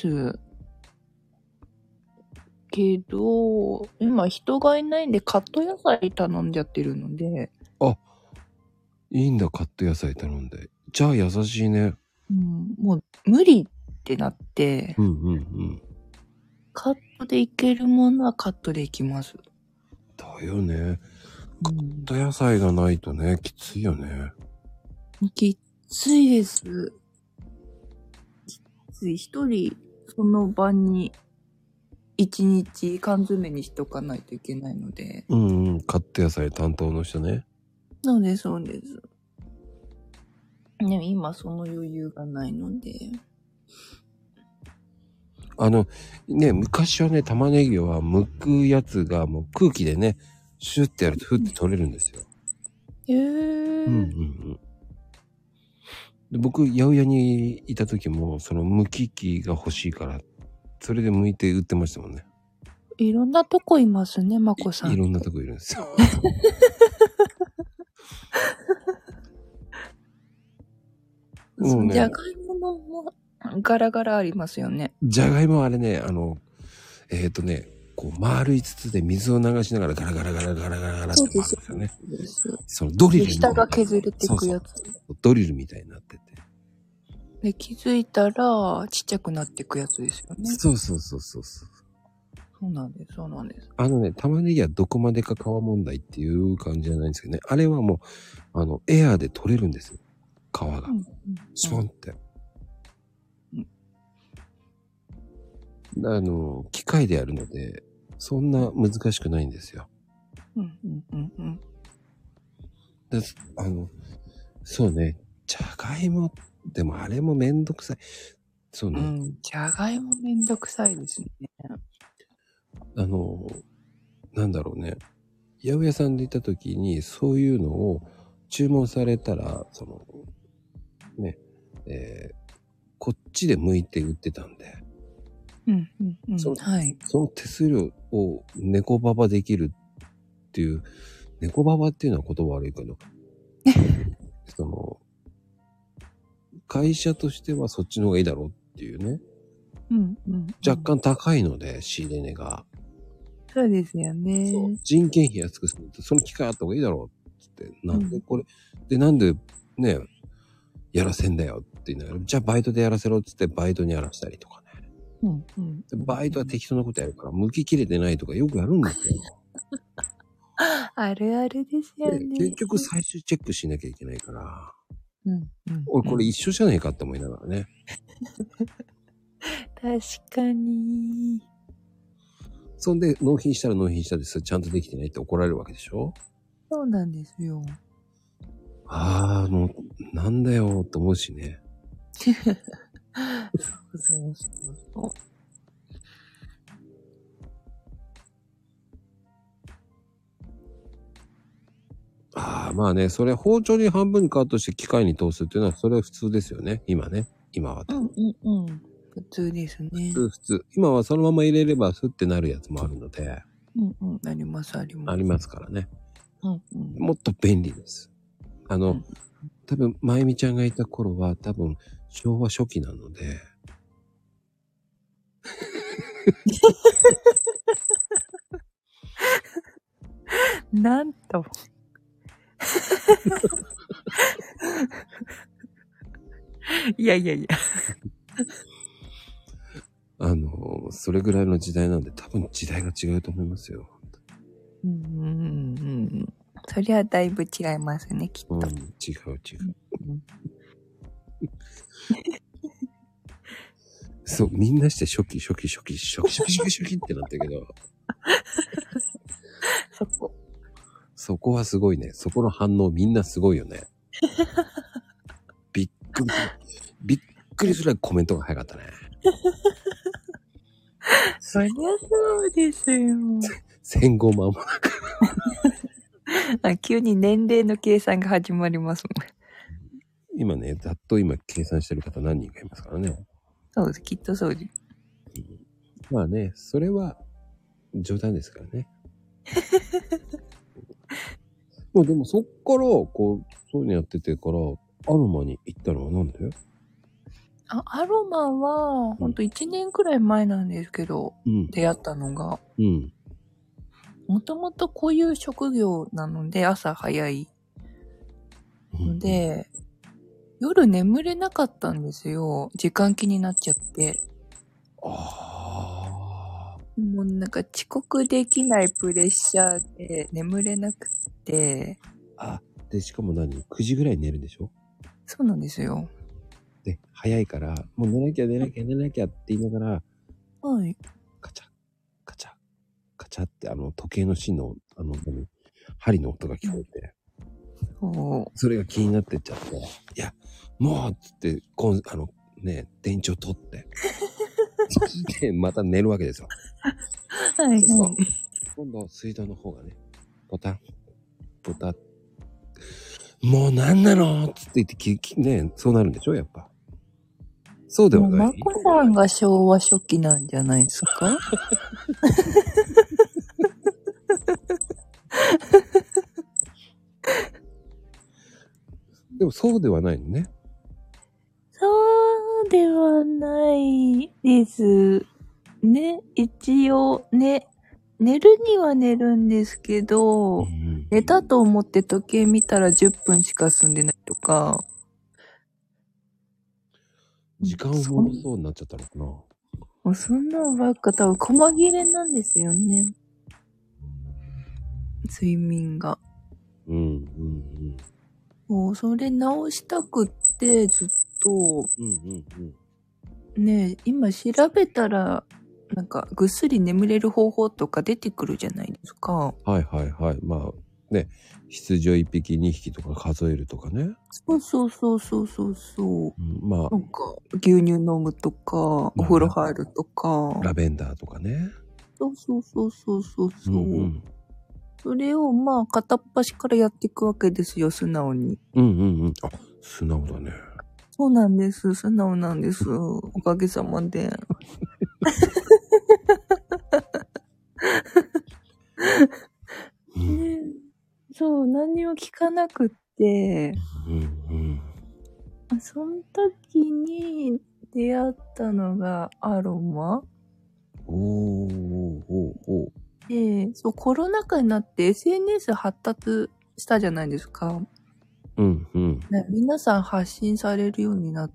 けど、今人がいないんでカット野菜頼んじゃってるので。 あ、いいんだ、カット野菜頼んで。じゃあ優しいね。 もう無理ってなって。カットでいけるものはカットでいきます。 だよね。カット野菜がないとね、きついよね。 きついです。きつい。一人、その場に、一日缶詰にしとかないといけないので。 カット野菜担当の人ね。 そうです、そうです。でも今その余裕がないので。 ね、昔はね、玉ねぎは剥くやつがもう空気でね、シュッてやるとふって取れるんですよ。 へー。 で僕、八百屋にいた時も、その剥き機が欲しいから、それで剥いて売ってましたもんね。 いろんなとこいますね、まこさん。 いろんなとこいるんですよ。 じゃがいももガラガラありますよね。 じゃがいもあれね、こう丸い筒で水を流しながらガラガラガラガラガラガラって回るんですよね。そのドリルみたいな。 下が削れていくやつ。 そうドリルみたいになってて。 で、気づいたら、ちっちゃくなっていくやつですよね。 そう。 そうなんです。 玉ねぎはどこまでか皮問題っていう感じじゃないんですけどね。あれはもう、エアーで取れるんですよ。皮が。シュポンって。機械でやるので、そんな難しくないんですよ。で、そうね、じゃがいも、でもあれもめんどくさい。そうね。 じゃがいもめんどくさいですね。 なんだろうね。八百屋さんで行った時に、そういうのを注文されたら、ね、こっちで剥いて売ってたんで。 はい。 その手数料を猫ババできるっていう、猫ババっていうのは言葉悪いけど、会社としてはそっちの方がいいだろうっていうね。若干高いので、仕入れ値が。 そうですよね。そう。 人件費安くすると、その機会あった方がいいだろうって。なんでこれ、で、なんでね、やらせんだよって言いながら、じゃあバイトでやらせろって言ってバイトにやらしたりとかね。バイトは適当なことやるから、向き切れてないとかよくやるんですよ。 あるあるですよね。 結局最終チェックしなきゃいけないから。俺これ一緒じゃねえかって思いながらね。 確かに。 そんで納品したら納品したです。ちゃんとできてないって怒られるわけでしょ？ そうなんですよ。 もうなんだよって思うしね。 そう。 まあね、それ包丁に半分にカットして機械に通すっていうのはそれは普通ですよね。今は。 普通ですね。 普通。今はそのまま入れればスッてなるやつもあるので。 あります。ありますからね。もっと便利です。多分、まゆみちゃんがいた頃は多分昭和初期なので。 なんと。いや。 それぐらいの時代なんで多分時代が違うと思いますよ。 そりゃだいぶ違いますね、きっと。 違う。そう、みんなして初期ってなってるけど。そこはすごいね。そこの反応みんなすごいよね。びっくりするぐらいコメントが早かったね。 そりゃそうですよ。 戦後間もなく急に年齢の計算が始まりますもん。 今ね、ざっと今計算してる方何人かいますからね。 そうです、きっとそうです。 まあね、それは冗談ですからね。もうでもそっからこうそういうのやっててからアロマに行ったのはなんで？ アロマはほんと1年くらい前なんですけど、出会ったのが。もともとこういう職業なので朝早いので、夜眠れなかったんですよ。時間気になっちゃって。もうなんか遅刻できないプレッシャーで眠れなくて。 で、しかも9時ぐらいに寝るでしょ？ そうなんですよ。 で、早いから、もう寝なきゃって言いながら、 はい。 カチャって時計の芯の針の音が聞こえて、それが気になってっちゃって、いや、もうっつって、電池を取って、で、また寝るわけですよ。 はい。 今度、水道の方がね、ボタン、もうなんなのっつって言ってね、そうなるんでしょやっぱ。そうではない。 マコさんが昭和初期なんじゃないですか？ でもそうではないのね。 そうではないですね。一応ね、寝るには寝るんですけど、寝たと思って時計見たら10分しか済んでないとか。 時間を戻そうになっちゃったのかな。 もうそんなのばっか多分細切れなんですよね。睡眠が。もうそれ直したくってずっと、ねえ、今調べたら、なんかぐっすり眠れる方法とか出てくるじゃないですか。 はいはいはい。まあね、羊を1匹2匹とか数えるとかね。 そう。 まあ。 なんか牛乳飲むとか、お風呂入るとか。 ラベンダーとかね。 そう。それをまあ片っ端からやっていくわけですよ、素直に。 あ、素直だね。 そうなんです。素直なんです。おかげさまで。ね、そう、何にも聞かなくって、その時に出会ったのがアロマ。で、そう、コロナ禍になって SNS 発達したじゃないですか。ね、皆さん発信されるようになって、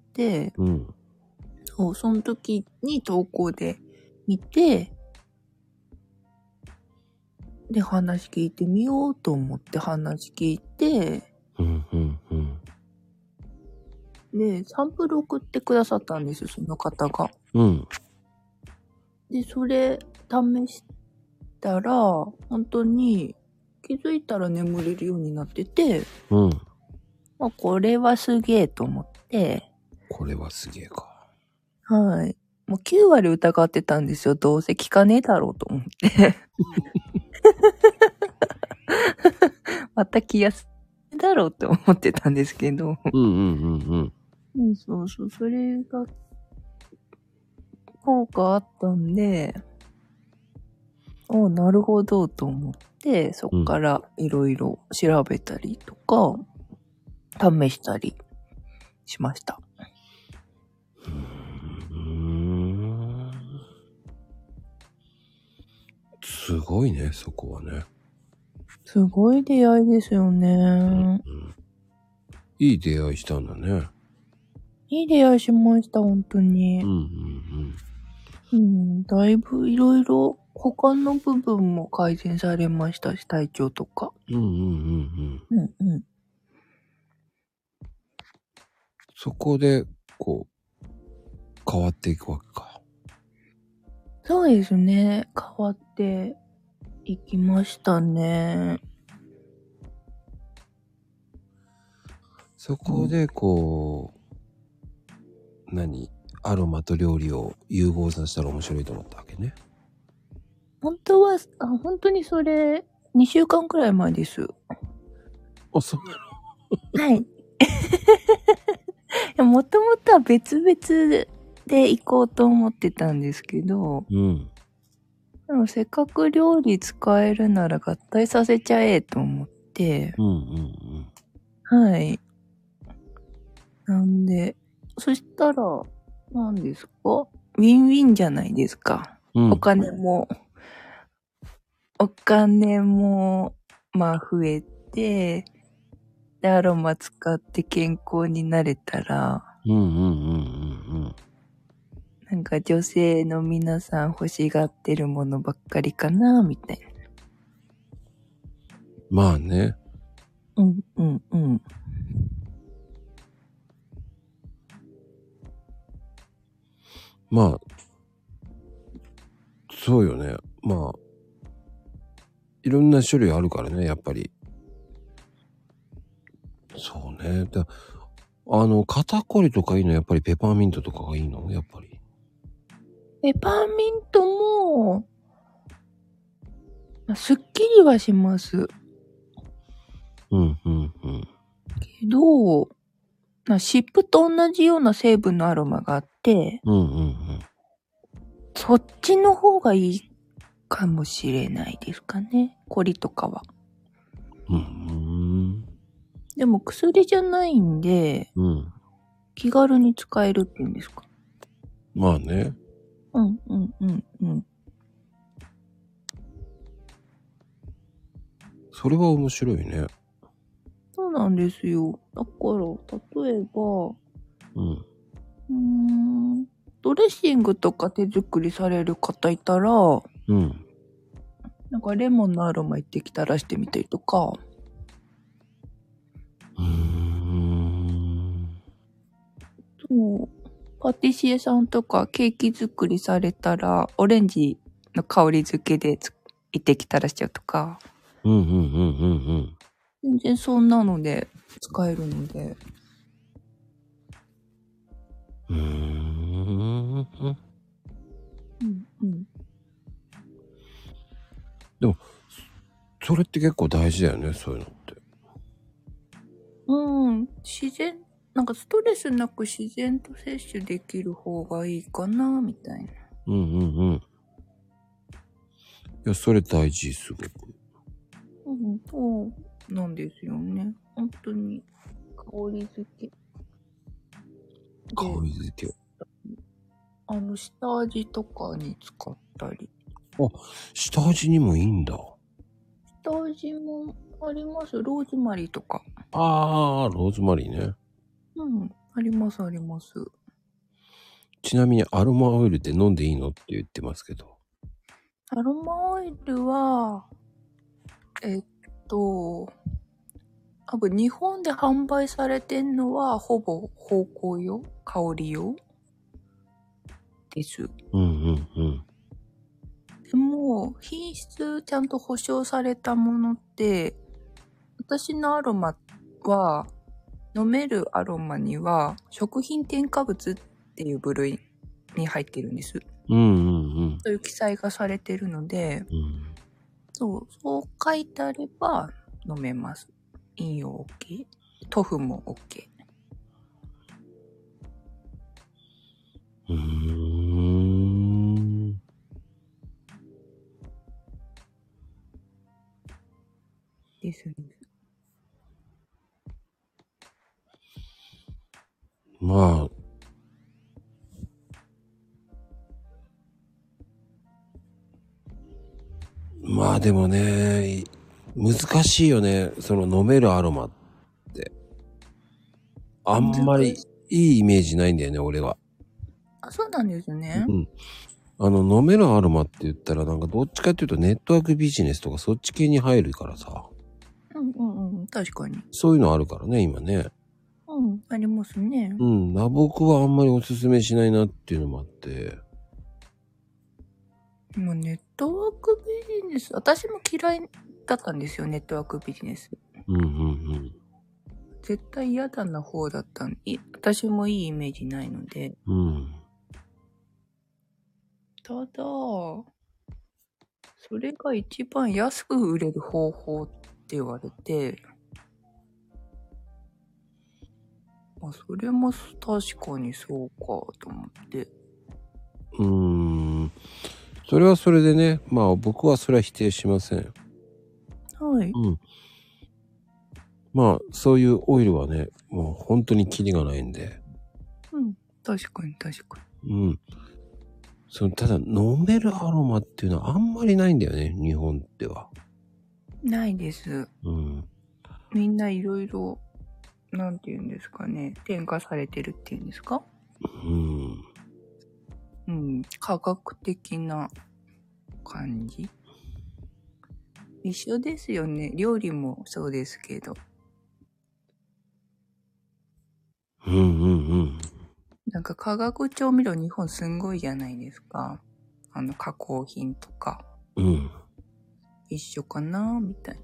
そう、その時に投稿で見て、で、話聞いてみようと思って話聞いて、で、サンプル送ってくださったんですよ、その方が。で、それ試したら、本当に気づいたら眠れるようになってて、まあ、これはすげえと思って。 これはすげえか。 はい。もう9割疑ってたんですよ。どうせ聞かねえだろうと思って。また気やすいだろうって思ってたんですけど。そう。それが効果あったんで、なるほどと思って、そっからいろいろ調べたりとか、試したりしました。 すごいね、そこはね。 すごい出会いですよね。 いい出会いしたんだね。 いい出会いしました、本当に。だいぶいろいろ他の部分も改善されましたし、体調とか。 そこで、こう、変わっていくわけか。 そうですね。変わっていきましたね。 そこで、こう、アロマと料理を融合させたら面白いと思ったわけね。 本当にそれ、2週間くらい前です。 あ、そうなの？はい。もともとは別々で行こうと思ってたんですけど、でもせっかく料理使えるなら合体させちゃえと思って、はい。なんで、そしたら、何ですか？ウィンウィンじゃないですか。お金も、まあ増えて、で、アロマ使って健康になれたら、なんか女性の皆さん欲しがってるものばっかりかな、みたいな。 まあね。まあ、そうよね。まあ、いろんな種類あるからね、やっぱり。そうね。肩こりとかいいのやっぱりペパーミントとかがいいのやっぱり。 ペパーミントも、すっきりはします。けど、湿布と同じような成分のアロマがあって、そっちの方がいいかもしれないですかね。コリとかは。でも薬じゃないんで、気軽に使えるっていうんですか。 まあね。 うんうんうんうん。 それは面白いね。 そうなんですよ。だから、例えば、 うん。 ドレッシングとか手作りされる方いたら、 うん。 なんかレモンのアロマ一滴垂らしてみたりとか。そう。パティシエさんとかケーキ作りされたら、オレンジの香り付けで一滴垂らしちゃうとか。 うんうんうんうんうん。 全然そんなので使えるので。うんうん。 でも、それって結構大事だよね、そういうのって。 うん。自然、なんかストレスなく自然と摂取できる方がいいかな、みたいな。 うんうんうん。いや、それ大事、すごく。 うん、そうなんですよね。本当に香り付け。 香り付け。 下味とかに使ったり。 あ、下味にもいいんだ。 下味もあります。ローズマリーとか。 あー、ローズマリーね。 うん。あります、あります。 ちなみにアロマオイルって飲んでいいのって言ってますけど。 アロマオイルは、多分日本で販売されてんのはほぼ芳香用、香り用です。 うんうんうん。 でも、品質ちゃんと保証されたものって、私のアロマは、飲めるアロマには、食品添加物っていう部類に入ってるんです。 うんうんうん。 そういう記載がされてるので、 うん、 そう書いてあれば飲めます。飲用 OK。塗布も OK。ですね。 まあ、まあでもね、難しいよね。その飲めるアロマって。あんまりいいイメージないんだよね、俺は。 あ、そうなんですね。 うん。飲めるアロマって言ったらなんかどっちかっていうとネットワークビジネスとかそっち系に入るからさ。 うんうんうん。確かに。 そういうのあるからね、今ね。 うん。ありますね。 うん。僕はあんまりおすすめしないなっていうのもあって。 もうネットワークビジネス、私も嫌いだったんですよ、ネットワークビジネス。 うんうんうん。 絶対嫌だな方だった私もいいイメージないので。 うん。 ただ、それが一番安く売れる方法って言われて、まあ、それも確かにそうかと思って。 それはそれでね、まあ僕はそれは否定しません。 はい。 うん。まあそういうオイルはね、もう本当にキリがないんで。 うん。確かに確かうん。ただ飲めるアロマっていうのはあんまりないんだよね、日本では。 に。ないです。 うん。 みんないろいろ、なんて言うんですかね、添加されてるっていうんですか？ うん。 うん。科学的な感じ。一緒ですよね。料理もそうですけど。 うんうんうん。 なんか化学調味料日本すんごいじゃないですか。加工品とか。 うん。 一緒かなみたい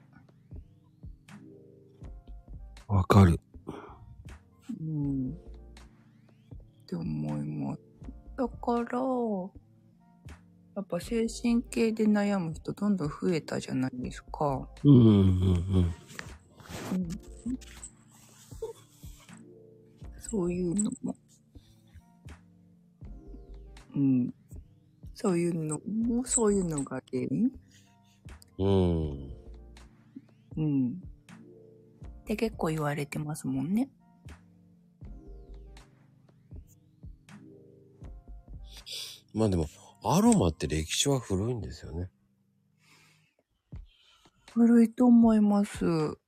な。 わかる。 うん。って思います。だから、やっぱ精神系で悩む人どんどん増えたじゃないですか。 うんうんうんうん。 うん。そういうのも。うん。そういうのが原因。 うん。 うん。って結構言われてますもんね。 まあでも、アロマって歴史は古いんですよね。 古いと思います。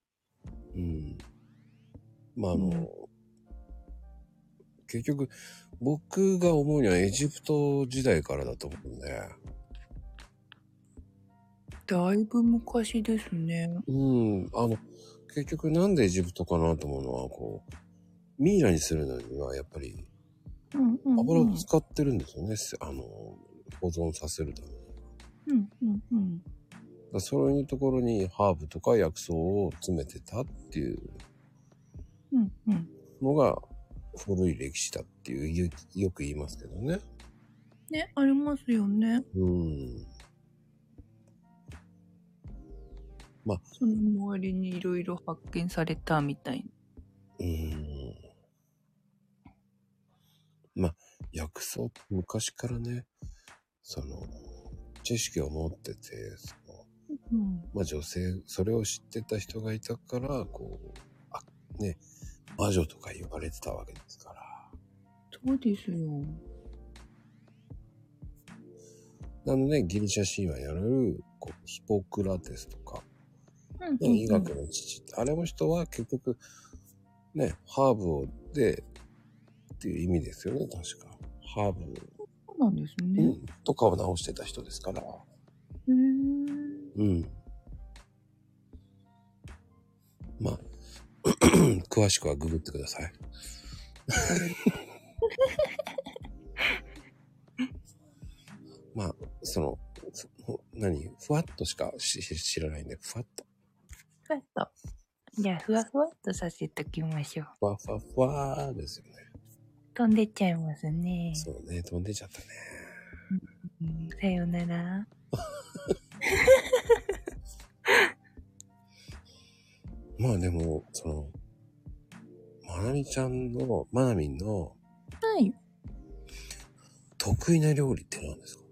まあ結局、僕が思うにはエジプト時代からだと思うんで。 だいぶ昔ですね。 結局なんでエジプトかなと思うのは、こう、ミイラにするのにはやっぱり、油を使ってるんですよね。保存させるために。そういうところにハーブとか薬草を詰めてたっていうのが古い歴史だっていう、よく言いますけどね。 ね、ありますよね。まあ。その周りにいろいろ発見されたみたいな。 まあ、薬草って昔からね、知識を持ってて、まあ女性、それを知ってた人がいたから、こう、ね、魔女とか言われてたわけですから。 そうですよ。 なので、ギリシャ神話にある、こうヒポクラテスとか、医学の父、あれの人は結局、ね、ハーブで、っていう意味ですよね、確か。ハーブ。 そうなんですね。 とかを治してた人ですから。まあ、詳しくはググってください。まあ、ふわっとしか知らないんで、ふわっと。 ふわっと。じゃあ、ふわふわっとさせときましょう。 ふわふわふわーですよね。 飛んでっちゃいますね。 そうね、飛んでっちゃったね。 さよなら。 まあでも、まなみんの、 はい。 得意な料理って何ですか？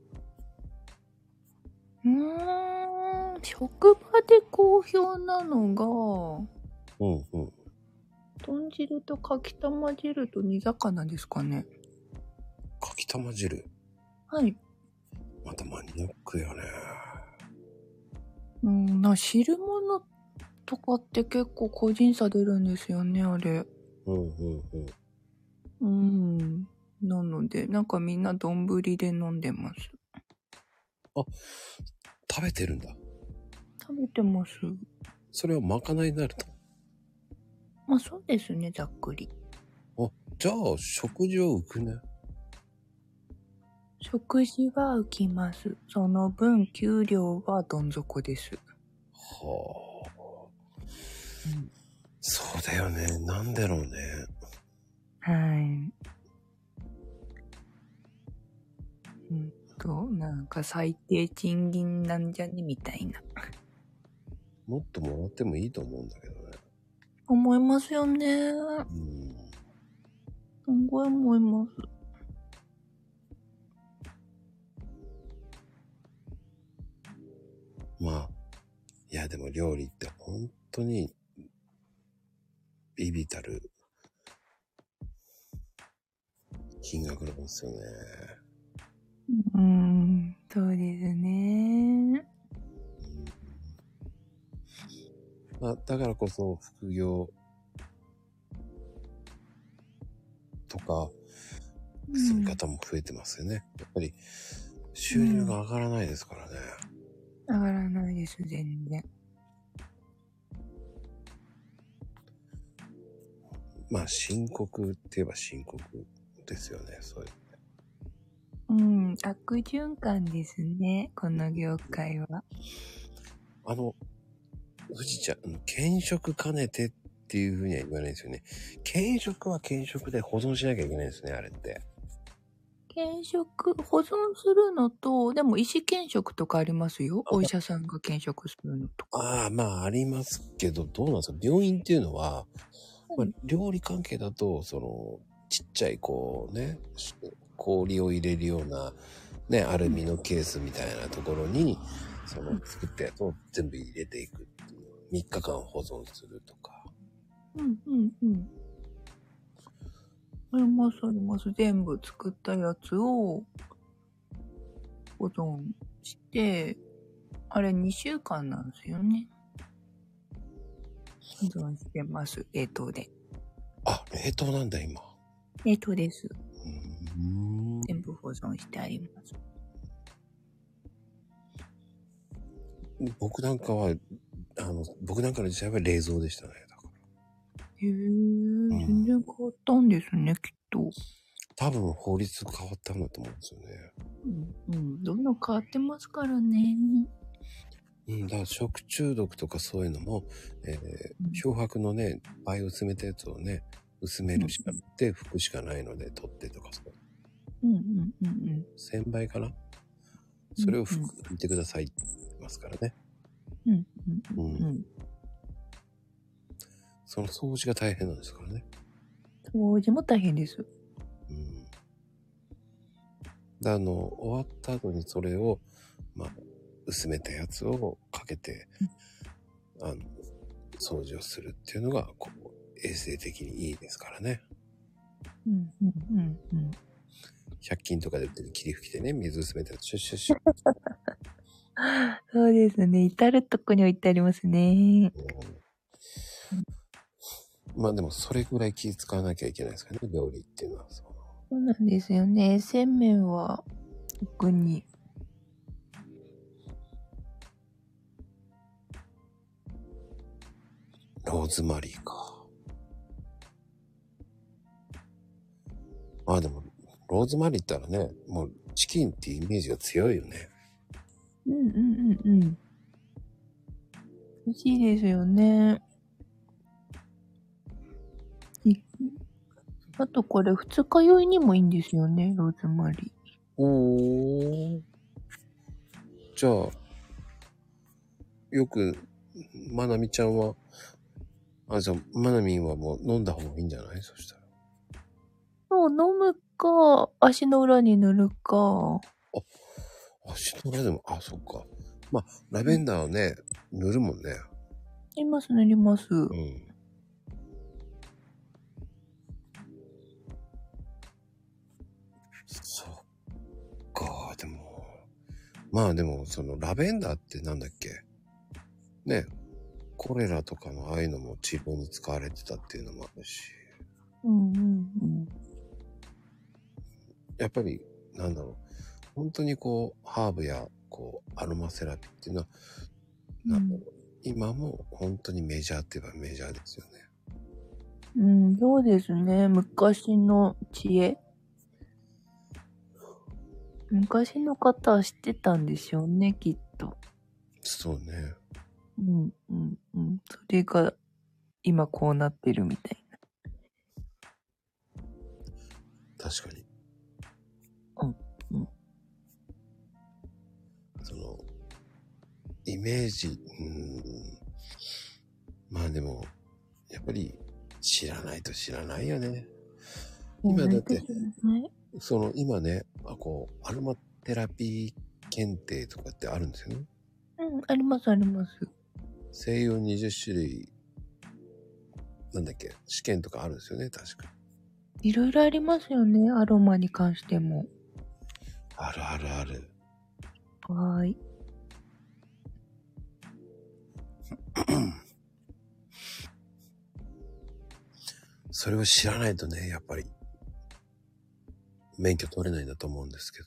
職場で好評なのが、豚汁とかきたま汁と煮魚ですかね。 かきたま汁？ はい。 またマニアックやね。 汁物とかって結構個人差出るんですよね、あれ。なので、なんかみんな丼で飲んでます。 あ、食べてるんだ。 食べてます。 それはまかないになると。 まあそうですね、ざっくり。 じゃあ、食事は浮くね。 食事は浮きます。その分、給料はどん底です。 はあ。そうだよね。なんだろうね。 はい。なんか最低賃金なんじゃねみたいな。 もっともらってもいいと思うんだけどね。 思いますよね。すごい思います。 まあ、いやでも料理って本当にビビたる金額なんですよね。 そうですね。 まあ、だからこそ副業とかする方も増えてますよね。やっぱり収入が上がらないですからね。 上がらないです、全然。 まあ深刻って言えば深刻ですよね、そういう。 悪循環ですね、この業界は。 富士ちゃん、兼職兼ねてっていうふうには言わないですよね。兼職は兼職で保存しなきゃいけないですね、あれって。 兼職、保存するのと、でも医師兼職とかありますよ。お医者さんが兼職するのとか。 まあありますけど、どうなんですか？病院っていうのは、料理関係だと、ちっちゃい氷を入れるような、ね、アルミのケースみたいなところに、作ったやつを全部入れていくっていう。3日間保存するとか。 あります。全部作ったやつを、 保存して、あれ2週間なんですよね。保存してます、冷凍で。 あ、冷凍なんだ今。 冷凍です。全部保存してあります。 僕なんかの時代は冷蔵でしたね。だから。 全然変わったんですね、きっと。 多分法律変わったんだと思うんですよね。 どんどん変わってますからね。 だから食中毒とかそういうのも、漂白のね、倍薄めたやつをね、薄めるしかなくて、拭くしかないので、取ってとかそう。1000倍かな、それを拭いてくださいって言ってますからね。その掃除が大変なんですからね。 掃除も大変です。 終わった後にそれを、薄めたやつをかけて、掃除をするっていうのが、衛生的にいいですからね。100均とかで売ってる霧吹きでね、水薄めたやつ、シュッシュッシュッ。 そうですね。至るとこに置いてありますね。 でもそれぐらい気使わなきゃいけないですかね、料理っていうのは。 そうなんですよね。洗面は特に。 ローズマリーか。でも、ローズマリーって言ったらね、もうチキンっていうイメージが強いよね。 美味しいですよね。あとこれ二日酔いにもいいんですよね、ローズマリー。 じゃあ、よく、まなみちゃんは、じゃあ、まなみんはもう飲んだ方がいいんじゃない？そしたら。 もう飲むか、足の裏に塗るか。 足の裏でも、そっか。ラベンダーをね、塗るもんね。 塗ります。 そっか、でも。でも、そのラベンダーってなんだっけ？ね、コレラとかのああいうのも治療に使われてたっていうのもあるし。やっぱり、なんだろう。本当にハーブや、アロマセラピーっていうのは、今も本当にメジャーって言えばメジャーですよね。そうですね。昔の知恵。昔の方は知ってたんでしょうね、きっと。 そうね。 それが、今こうなってるみたいな。 確かに。その、イメージ、でも、やっぱり知らないと知らないよね。今だって、今ね、アロマテラピー検定とかってあるんですよね。 ありますあります。 西洋20種類、なんだっけ、試験とかあるんですよね、確か。 いろいろありますよね、アロマに関しても。 あるあるある。 はーい。 それを知らないとね、やっぱり、免許取れないんだと思うんですけど。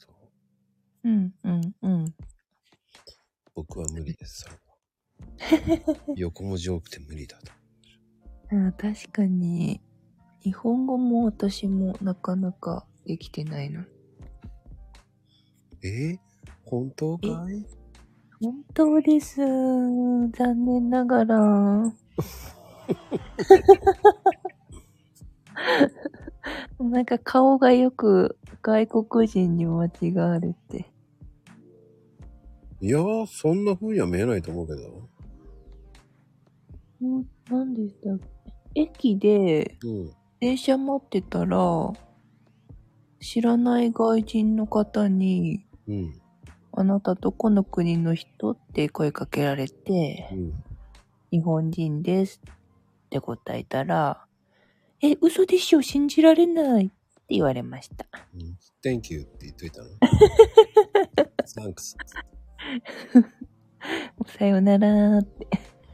僕は無理です、それは。横文字多くて無理だと。 確かに、日本語も私もなかなかできてないの。 本当かい？ 本当です。残念ながら。なんか顔がよく外国人に間違われて。 いやー、そんな風には見えないと思うけど。 何でしたっけ？駅で、電車待ってたら、知らない外人の方に、あなたどこの国の人って声かけられて、日本人ですって答えたら、嘘でしょ、信じられないって言われました。 Thank you って言っといたの？ サンクス。 さよならーって。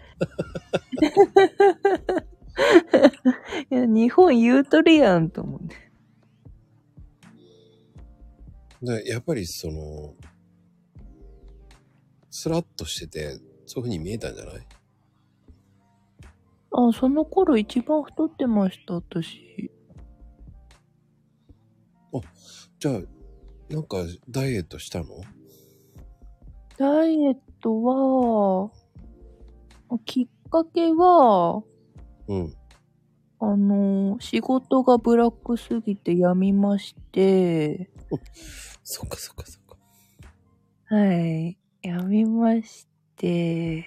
いや、日本言うとるやんと思って。 でやっぱりスラッとしてて、そういう風に見えたんじゃない？ あ、その頃一番太ってました、私。 あ、じゃあ、なんかダイエットしたの？ ダイエットは、きっかけは、 うん。 仕事がブラックすぎて辞みまして。 そっかそっかそっか。 はい。辞みまして、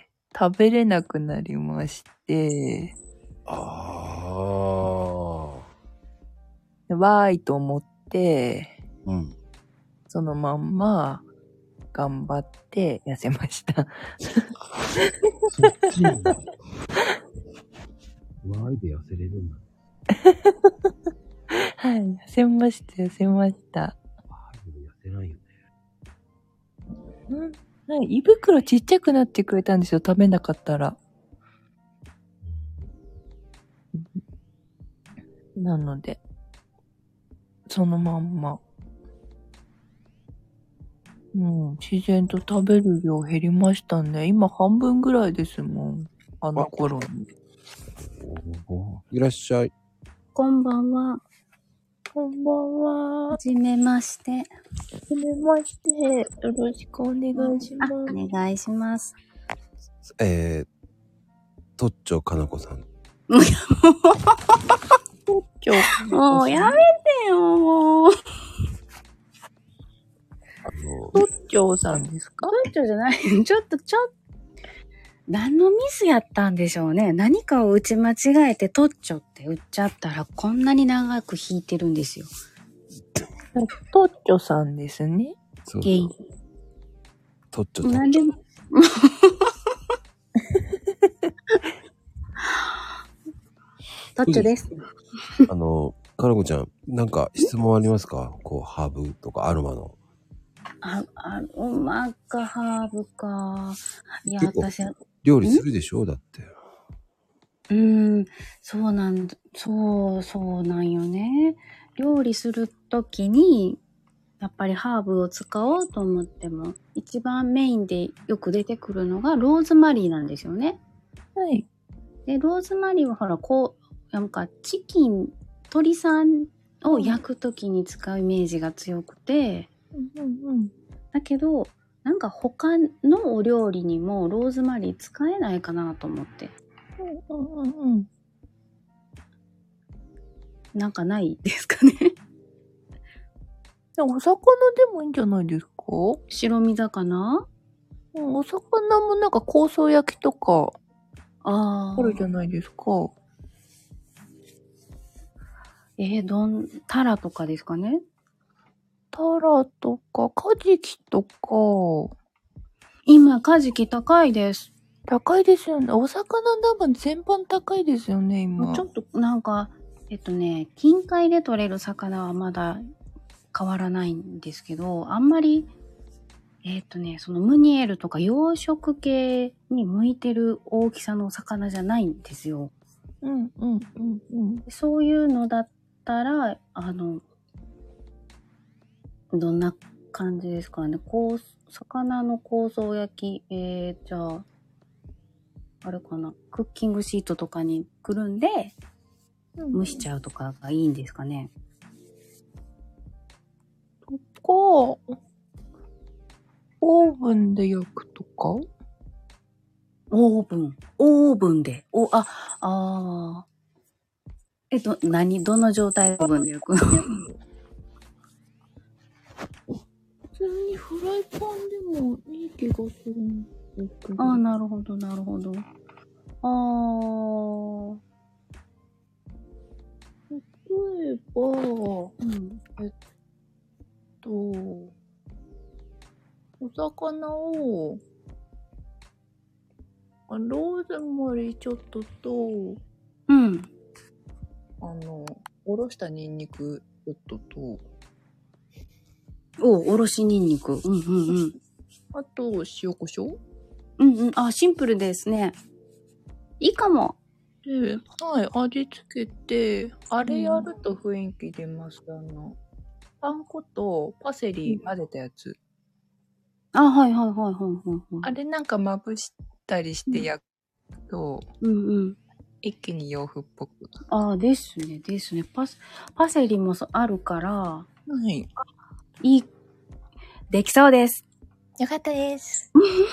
食べれなくなりまして。わーいと思って、 うん。 そのまんま、頑張って痩せました。 そっちなんだ。わーいで痩せれるんだ。 はい、痩せました。 わーいで痩せないよね。 はい、胃袋ちっちゃくなってくれたんですよ、食べなかったら。なので、そのまんま。自然と食べる量減りましたね。今半分ぐらいですもん。あの頃に。 いらっしゃい。 こんばんは。 こんばんは。 はじめまして。 はじめまして。よろしくお願いします。 お願いします。 とっちょかなこさん。 とっちょ。 もうやめてよ、もう。 とっちょさんですか？ とっちょじゃない。ちょっと、何のミスやったんでしょうね。何かを打ち間違えてとっちょって打っちゃったらこんなに長く弾いてるんですよ。 とっちょさんですね。 そう。とっちょと。 なんでも。とっちょです。 かなこちゃん、なんか質問ありますか？こう、ハーブとかアロマの。 アロマかハーブか。いや、私は。 料理するでしょ？だって。 そうなんよね。料理するときに、やっぱりハーブを使おうと思っても、一番メインでよく出てくるのがローズマリーなんですよね。 はい。 で、ローズマリーはほら、なんか鶏さんを焼くときに使うイメージが強くて、だけど、なんか他のお料理にもローズマリー使えないかなと思って。なんかないですかね。 お魚でもいいんじゃないですか？ 白身魚？ お魚もなんか香草焼きとかあるじゃないですか。 タラとかですかね？ タラとか、カジキとか。 今、カジキ高いです。 高いですよね。お魚多分全般高いですよね、今。 ちょっとなんか、近海で取れる魚はまだ変わらないんですけど、あんまり、そのムニエルとか養殖系に向いてる大きさのお魚じゃないんですよ。そういうのだったら、どんな感じですかね。魚の香草焼き、じゃあ、あれかな。クッキングシートとかにくるんで、蒸しちゃうとかがいいんですかね。 オーブンで焼くとか？ オーブンで。どの状態でオーブンで焼くの？ 普通にフライパンでもいい気がするんですけど。 なるほど、なるほど。 例えば、お魚を、ローズマリーちょっとと、おろしたニンニクちょっとと、 おろしニンニク。うんうんうん。 あと、塩コショウ。 うんうん。あ、シンプルですね。いいかも。 で、はい、味付けて、あれやると雰囲気出ます。パン粉とパセリ混ぜたやつ。 あ、はいはいはいはいはい。 あれなんかまぶしたりして焼くと、 うんうん。 一気に洋風っぽく。 あ、ですね、ですね。パセリもあるから、 はい。 いい、できそうです。 よかったです。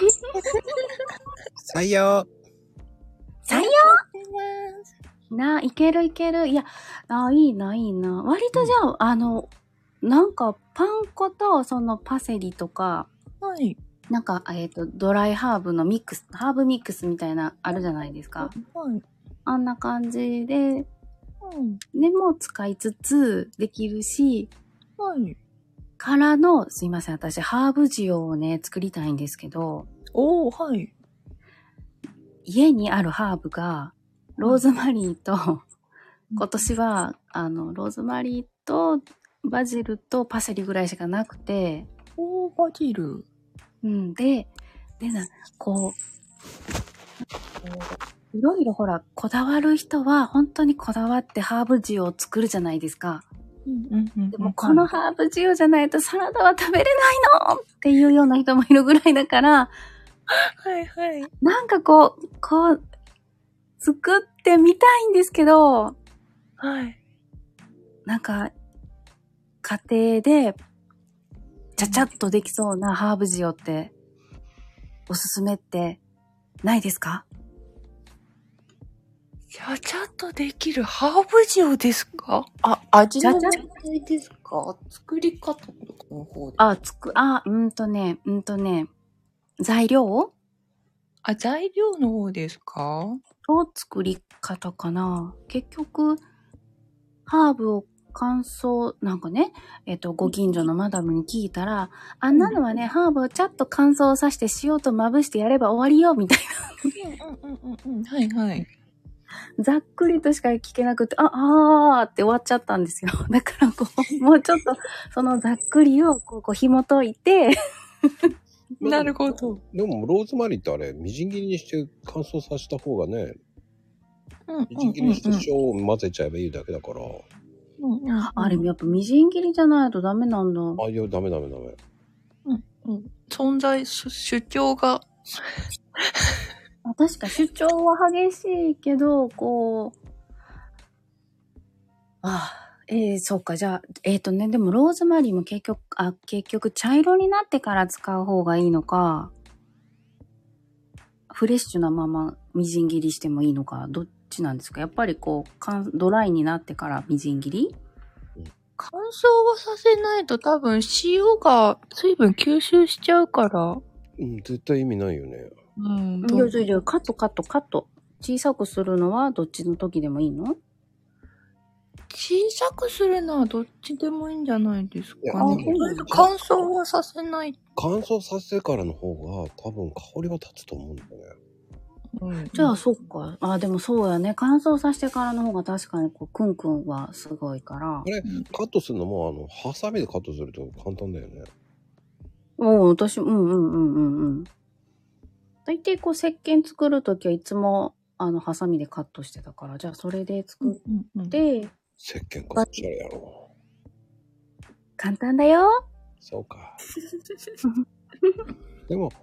採用採用いけるいける。いや、いいな、いいな。割とじゃあ、なんか、パン粉と、そのパセリとか、 はい。 なんか、ドライハーブのミックス、ハーブミックスみたいな、あるじゃないですか。 はい。 あんな感じで、でも使いつつできるし、 はい。 からの、すいません、私、ハーブ塩をね、作りたいんですけど、 はい。 家にあるハーブが、ローズマリーと、今年は、ローズマリーと、バジルとパセリぐらいしかなくて、 バジル。 うん、で、こう、いろいろほら、こだわる人は、本当にこだわってハーブ塩を作るじゃないですか。でも、このハーブ塩じゃないとサラダは食べれないのっていうような人もいるぐらいだから、 はいはい。 なんかこう、作ってみたいんですけど、 はい。 なんか、家庭で、ちゃちゃっとできそうなハーブ塩って、おすすめってないですか？ ちゃちゃっとできるハーブ塩ですか？味の問題ですか？作り方とかの方で。 材料材料の方ですか？ 作り方かな。結局、ハーブを乾燥、なんかね、ご近所のマダムに聞いたら、あんなのはね、ハーブをちょっと乾燥させて塩とまぶしてやれば終わりよ、みたいな。はいはい。 ざっくりとしか聞けなくて、って終わっちゃったんですよ。だからもうちょっと、そのざっくりを紐解いて。 なるほど。 でも、ローズマリーってあれ、みじん切りにして乾燥させた方がね、みじん切りにして塩を混ぜちゃえばいいだけだから。 あれ、やっぱみじん切りじゃないとダメなんだ。 いや、ダメ。 主張が。 確か主張は激しいけど、そうか、じゃあ、でもローズマリーも結局茶色になってから使う方がいいのか、フレッシュなままみじん切りしてもいいのか、どっちなんですか？やっぱりドライになってからみじん切り？ 乾燥はさせないと多分塩が水分吸収しちゃうから。 絶対意味ないよね。 いや、カット。小さくするのはどっちの時でもいいの？ 小さくするのはどっちでもいいんじゃないですかね。乾燥はさせない。 乾燥させてからの方が多分香りは立つと思うんだよね。じゃあそっか。でもそうやね。乾燥させてからの方が確かにクンクンはすごいから。 あれ、カットするのもハサミでカットすると簡単だよね。 私、大体石鹸作るときはいつもハサミでカットしてたから、じゃあそれで作って、 石鹸かそっちやろ。 簡単だよ。 そうか。でも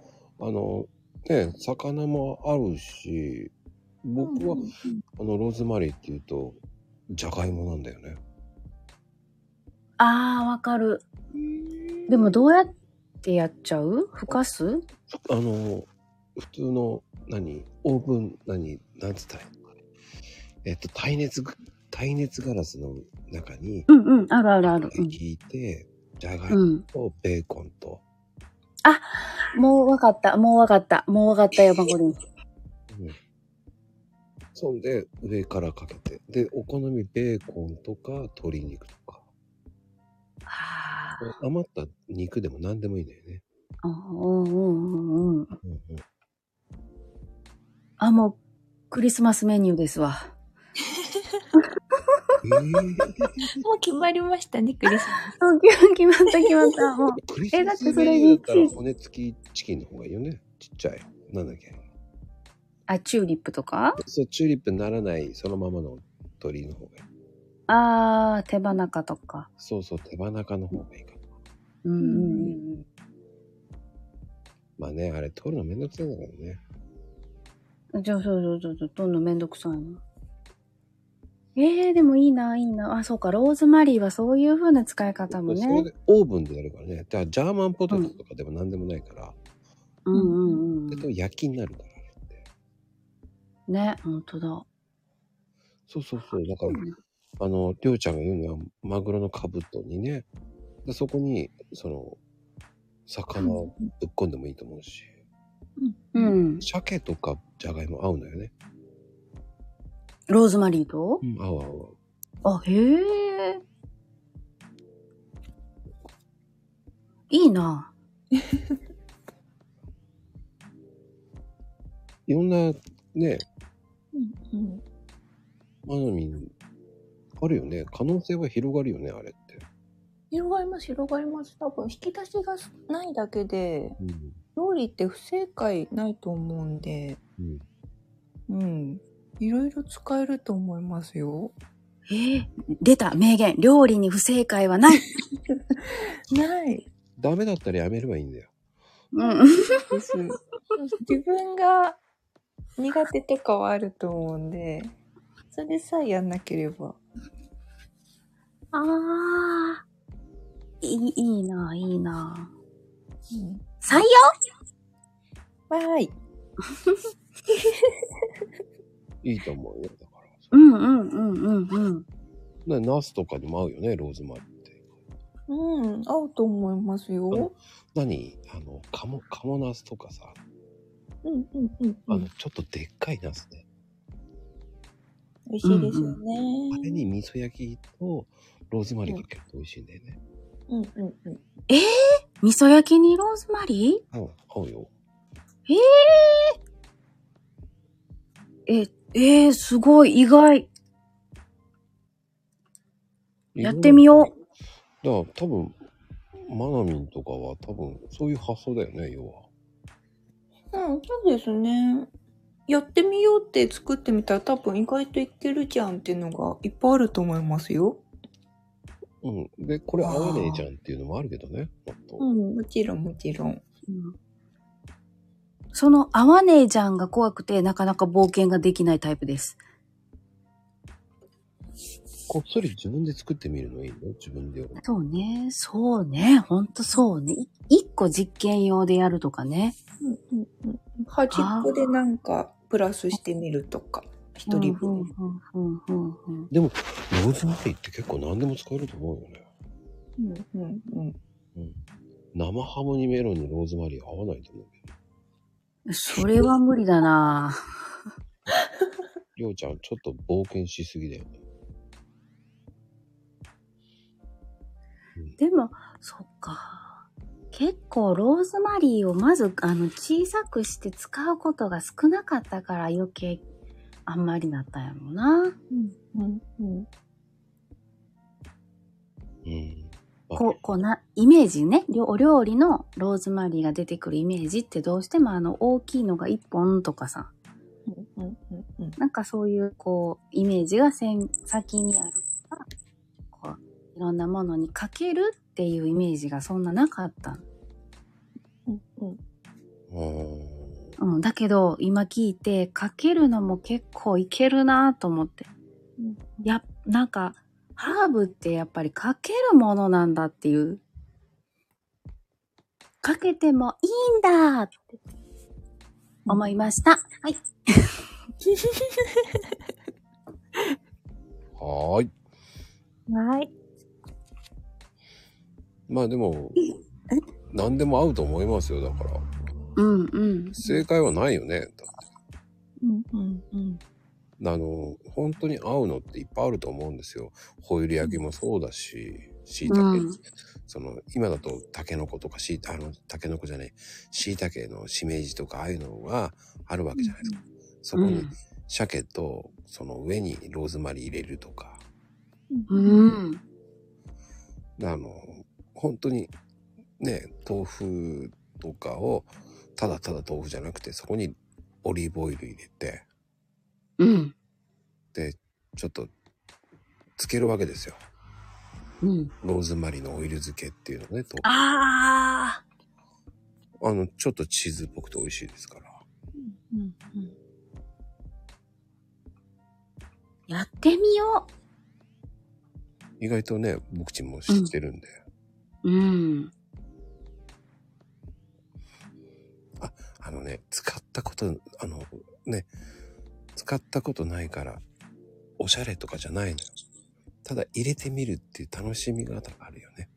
魚もあるし、僕はローズマリーっていうとじゃがいもなんだよね。 わかる。でもどうやってやっちゃう？ふかす？ 普通のオーブンなんつったら耐熱ガラスの中にある。 引いて、じゃがいもとベーコンと。 もうわかったよ、マコリン。 そんで、上からかけて。で、お好みベーコンとか鶏肉とか。余った肉でも何でもいいんだよね。 もう、クリスマスメニューですわ。 もう決まりましたね、クリスマス。 決まった。もう。 クリスマスメニューだったら骨付きチキンの方がいいよね。ちっちゃい。なんだっけ。 チューリップとか？ そう、チューリップにならないそのままの鳥の方がいい。 手羽中とか。 そう、手羽中の方がいいかな。 まあね、あれ取るのめんどくさいんだけどね。 そう、取るのめんどくさいの。でもいいな。そうか、ローズマリーはそういう風な使い方もね。 それでオーブンでやるからね。だからジャーマンポテトとかでも何でもないから。焼きになるからって。 ね、ほんとだ。 そう。だから、りょうちゃんが言うには、マグロの兜にね、でそこに、魚をぶっ込んでもいいと思うし。鮭とかじゃがいも合うのよね。 ローズマリーと？ 合う。 へえ。いいな。 いろんな、ね、マナミン、あるよね。可能性は広がるよね、あれって。 広がります。多分、引き出しがないだけで、料理って不正解ないと思うんで、いろいろ使えると思いますよ。 出た名言。料理に不正解はない。 ない。 ダメだったらやめればいいんだよ。 自分が苦手とかはあると思うんで、それさえやんなければ。 いいな。採用？ わーい。 いいと思うよ、だから。ナスとかにも合うよね、ローズマリーって。 合うと思いますよ。 カモナスとかさ。ちょっとでっかいナスね。 美味しいですよね。 あれに味噌焼きとローズマリーかけると美味しいんだよね。 味噌焼きにローズマリー？ 合うよ。 すごい意外。やってみよう。 だから多分、マナミンとかは多分そういう発想だよね、要は。 そうですね。やってみようって作ってみたら多分意外といけるじゃんっていうのがいっぱいあると思いますよ。 で、これ合わねえじゃんっていうのもあるけどね。 もちろん。 その合わねえじゃんが怖くてなかなか冒険ができないタイプです。 こっそり自分で作ってみるのいいの？自分でやる。 そうね。ほんとそうね。一個実験用でやるとかね。 端っこでなんかプラスしてみるとか。一人分。 でも、ローズマリーって結構何でも使えると思うよね。生ハムにメロンにローズマリー合わないと思うけど。それは無理だな。 りょうちゃん、ちょっと冒険しすぎだよね。 でも、そっか。結構ローズマリーをまず小さくして使うことが少なかったから余計あんまりなったんやろうな。イメージね。お料理のローズマリーが出てくるイメージってどうしても大きいのが1本とかさ。なんかそういうイメージが先にあるから、いろんなものにかけるっていうイメージがそんななかった。だけど今聞いてかけるのも結構いけるなと思って。なんかハーブってやっぱりかけるものなんだっていう。かけてもいいんだって思いました。はい。 はい。まあでも、何でも合うと思いますよ、だから。正解はないよね。本当に合うのっていっぱいあると思うんですよ。ホイル焼きもそうだし、椎茸、今だとタケノコとかタケノコじゃない、椎茸のしめじとかああいうのがあるわけじゃないですか。そこに鮭とその上にローズマリー入れるとか。 本当にね、豆腐とかをただただ豆腐じゃなくて、そこにオリーブオイル入れて、でちょっとつけるわけですよ。ローズマリーのオイル漬けっていうのね。ちょっとチーズっぽくて美味しいですから。 やってみよう。意外とね、僕ちも知ってるんで。使ったことないから、おしゃれとかじゃないのよ。ただ入れてみるっていう楽しみ方があるよね。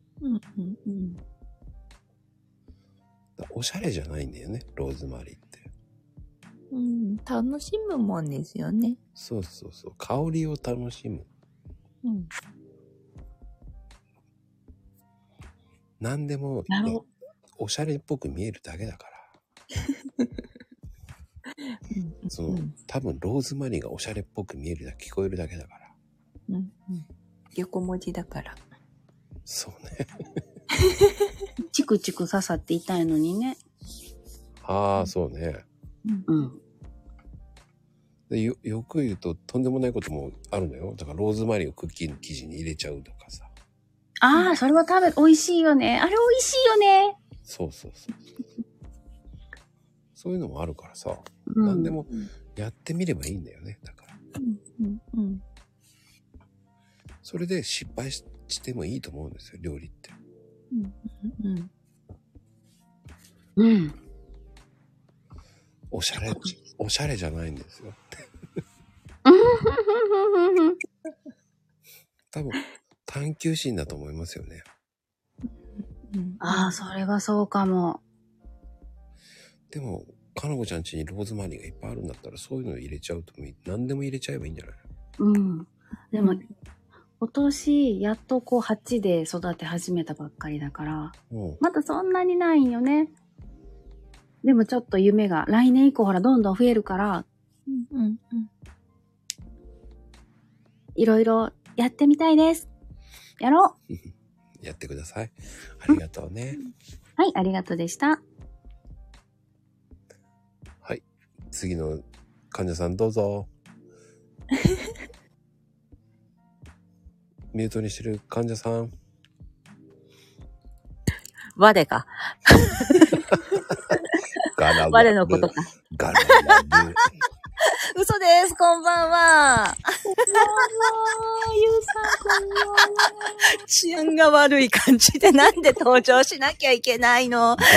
おしゃれじゃないんだよね、ローズマリーって。 楽しむもんですよね。 そうそうそう、香りを楽しむ。何でも、おしゃれっぽく見えるだけだから。多分ローズマリーがおしゃれっぽく見えるだけ、聞こえるだけだから。 横文字だから。 そうね。 チクチク刺さって痛いのにね。 そうね。でよく言うととんでもないこともあるのよ。だからローズマリーをクッキーの生地に入れちゃうとかさ。 それは美味しいよね。あれ美味しいよね。 そう。そういうのもあるからさ。何でもやってみればいいんだよね。だから。それで失敗してもいいと思うんですよ、料理って。おしゃれじゃないんですよ。多分探求心だと思いますよね。 それはそうかも。 でもかなこちゃん家にローズマリーがいっぱいあるんだったら、そういうのを入れちゃうと何でも入れちゃえばいいんじゃない？ でも今年やっと鉢で育て始めたばっかりだから、まだそんなにないんよね。でもちょっと夢が来年以降どんどん増えるから、いろいろやってみたいです。やろう。 やってください。ありがとうね。 はい、ありがとうでした。 はい、次の患者さんどうぞ。ミュートにしてる患者さん。 我か。我のことか。嘘です、こんばんは。 ゆうさん、こんばんは。 治安が悪い感じでなんで登場しなきゃいけないの？治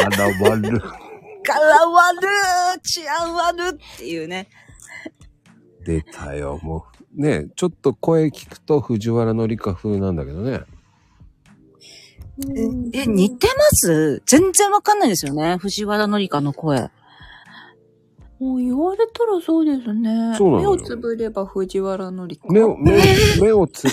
安悪っていうね。 出たよ、もう。ね、ちょっと声聞くと藤原紀香風なんだけどね。 似てます？全然わかんないですよね、藤原紀香の声。 もう言われたらそうですね。 そうなのよ。 目をつぶれば藤原紀香。 目をつぶって、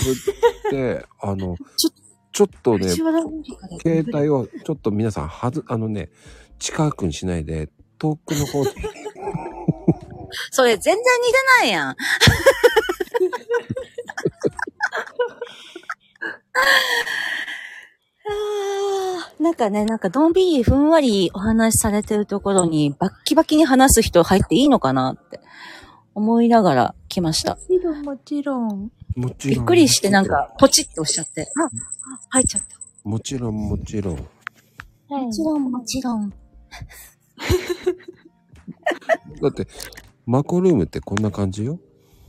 ちょっとね、携帯をちょっと皆さん近くにしないで、遠くの方で。 それ全然似てないやん。なんかのんびりふんわりお話しされてるところにバッキバキに話す人入っていいのかなって思いながら来ました。 もちろん。 びっくりしてポチッと押しちゃって。入っちゃった。 もちろん。だって、マコルームってこんな感じよ。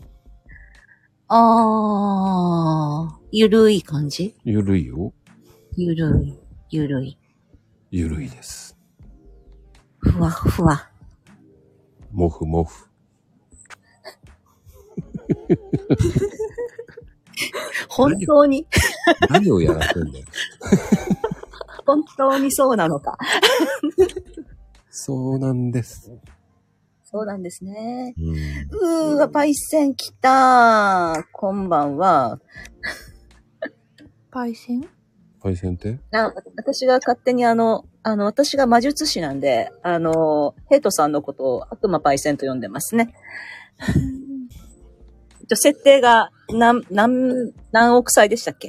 ゆるい感じ？ ゆるいよ。 ゆるい。 ゆるいです。 ふわふわ。 もふもふ。 本当に何をやらせんだよ。 本当にそうなのか。 そうなんです。 そうなんですね。パイセン来た。こんばんは。 パイセンって私が勝手に私が魔術師なんで、ヘイトさんのことを悪魔パイセンと呼んでますね。 設定が何億歳でしたっけ？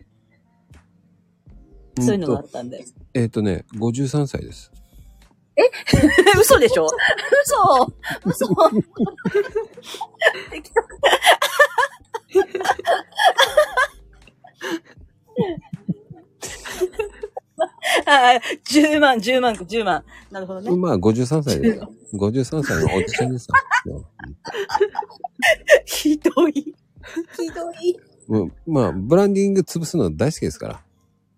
そういうのがあったんで。 53歳です。 嘘でしょ？嘘適当。10万。なるほどね。 まあ、53歳ですよ。53歳のおじちゃんですよ。 ひどい。 まあ、ブランディング潰すの大好きですから。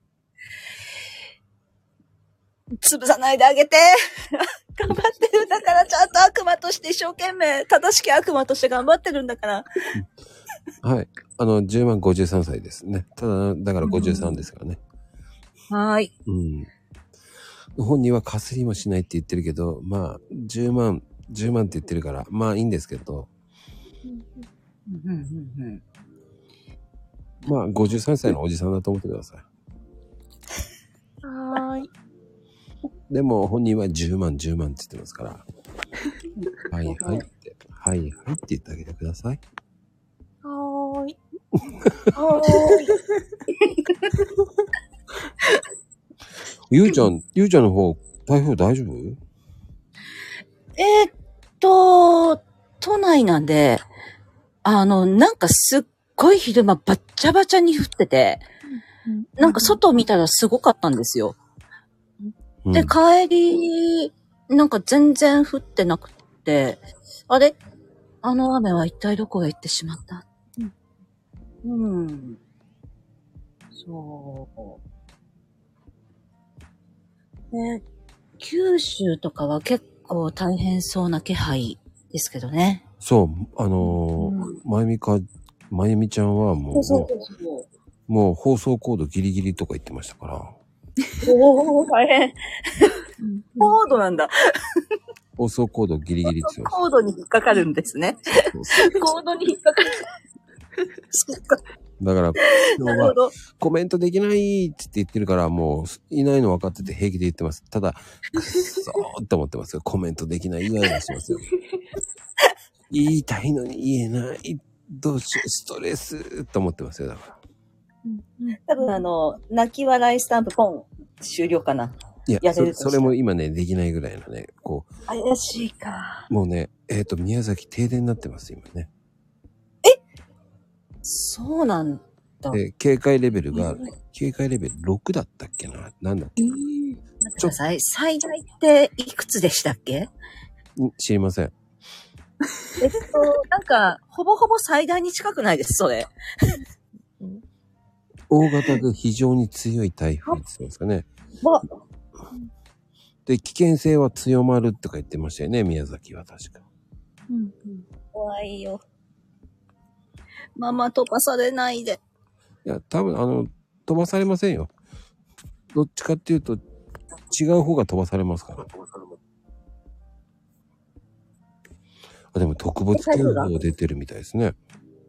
潰さないであげて。頑張ってるんだから、ちゃんと悪魔として一生懸命、正しき悪魔として頑張ってるんだから。 はい。10万53歳ですね。ただ、だから53ですからね。 はい。 本人はかすりもしないって言ってるけど、まあ、10万って言ってるから、まあいいんですけど。まあ、53歳のおじさんだと思ってください。 はーい。 でも、本人は10万って言ってますから。はいって言ってあげてください。 はーい。 ゆうちゃんの方、台風大丈夫？ 都内なんで、なんかすっごい昼間バッチャバチャに降ってて、なんか外見たらすごかったんですよ。で、帰り、なんか全然降ってなくて、あれ？あの雨は一体どこへ行ってしまった？そう。で、九州とかは結構大変そうな気配ですけどね。 そう、まゆみちゃんはもう放送コードギリギリとか言ってましたから。 おー、大変。コードなんだ。 放送コードギリギリって言ってました。 コードに引っかかるんですね。コードに引っかかる。そっか。 だから、今日はコメントできないって言ってるから、もういないの分かってて平気で言ってます。ただ、くっそーって思ってますよ。コメントできない、イライラしますよ。言いたいのに言えない。どうしよう、ストレスって思ってますよ、だから。 多分泣き笑いスタンプポン終了かな。 いや、それも今ね、できないぐらいのね、こう。 怪しいか。 もうね、宮崎停電になってます、今ね。 そうなんだ。 警戒レベル6だったっけな？なんだっけ？ 待ってください。最大っていくつでしたっけ？ 知りません。 なんか、ほぼほぼ最大に近くないです、それ。 大型で非常に強い台風って言ってますかね。で、危険性は強まるとか言ってましたよね、宮崎は確か。 怖いよ。ママ飛ばされないで。 いや、多分飛ばされませんよ。どっちかっていうと、違う方が飛ばされますから。でも特別警報が出てるみたいですね。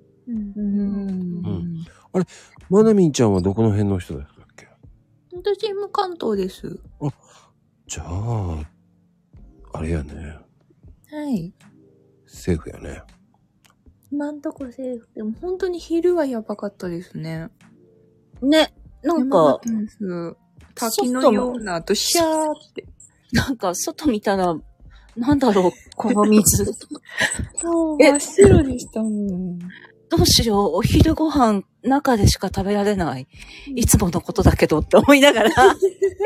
あれ、まなみんちゃんはどこの辺の人ですかっけ？ 私も関東です。 あ、じゃあ、あれやね。 はい。 セーフやね。 今んとこセーフ。でも本当に昼はやばかったですね。 ね、なんか、 滝のような、ドシャーって。 なんか、外見たら、なんだろう、この水。 そう、真っ白でしたもん。 どうしよう、お昼ご飯、中でしか食べられない。いつものことだけどって思いながら。いや、いい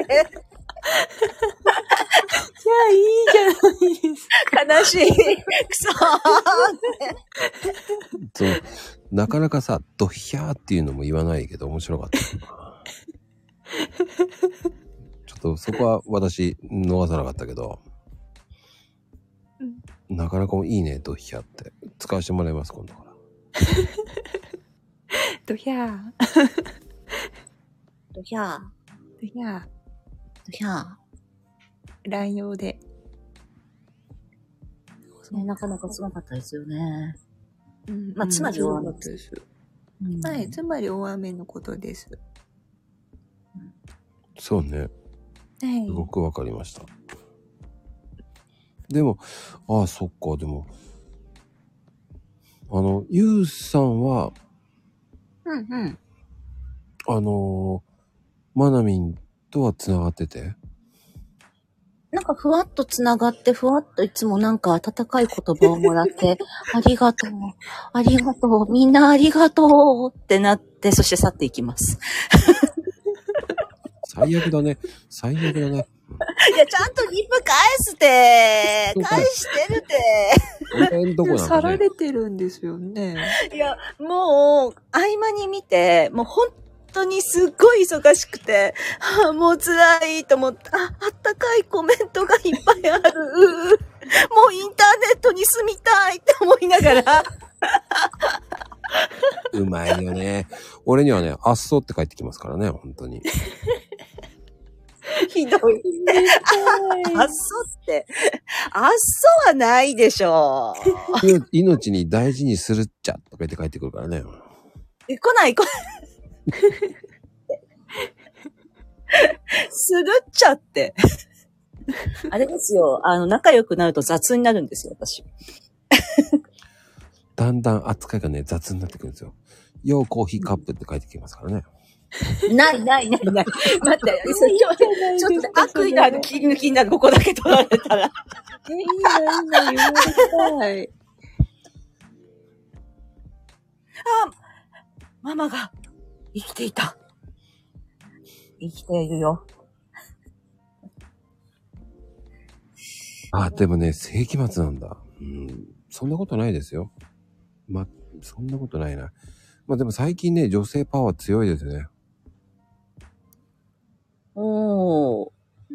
じゃないですか。 悲しい。くそそう。なかなかさ、ドヒャーっていうのも言わないけど面白かった。ちょっとそこは私逃さなかったけど、なかなかいいね、ドヒャーって。使わせてもらいます、今度から。 ドヒャー。 ドヒャー。 ドヒャー。 ドヒャー。 乱用で。 ね、なかなかすごかったですよね。 まあ、つまり大雨です。 はい、つまり大雨のことです。 そうね。 はい。 すごくわかりました。でも、ああ、そっか、でも、 ゆうさんは、 うん。 まなみんとは繋がってて？ なんかふわっと繋がって、ふわっといつもなんか温かい言葉をもらって、ありがとう、ありがとう、みんなありがとうってなって、そして去っていきます。 最悪だね。最悪だね。 いや、ちゃんとリプ返すて返してるて去られてるんですよね。 いや、もう、合間に見て、もう本当にすっごい忙しくて、もう辛いと思って、あったかいコメントがいっぱいある。もうインターネットに住みたいって思いながら。 うまいよね。俺にはね、あっそって帰ってきますからね、本当に。 ひどい。あっそって。あっそはないでしょう。命に大事にするっちゃとか言って帰ってくるからね。 来ない。するっちゃって。あれですよ。仲良くなると雑になるんですよ、私。 だんだん扱いがね、雑になってくるんですよ。ようコーヒーカップって書いてきますからね。 ない。待って、ちょっと悪意のある切り抜きになる、ここだけ取られたら。 いいな、言われたい。 ママが生きていた。生きているよ。 でもね、世紀末なんだ。そんなことないですよ。そんなことないな。でも最近ね、女性パワー強いですね。 おー。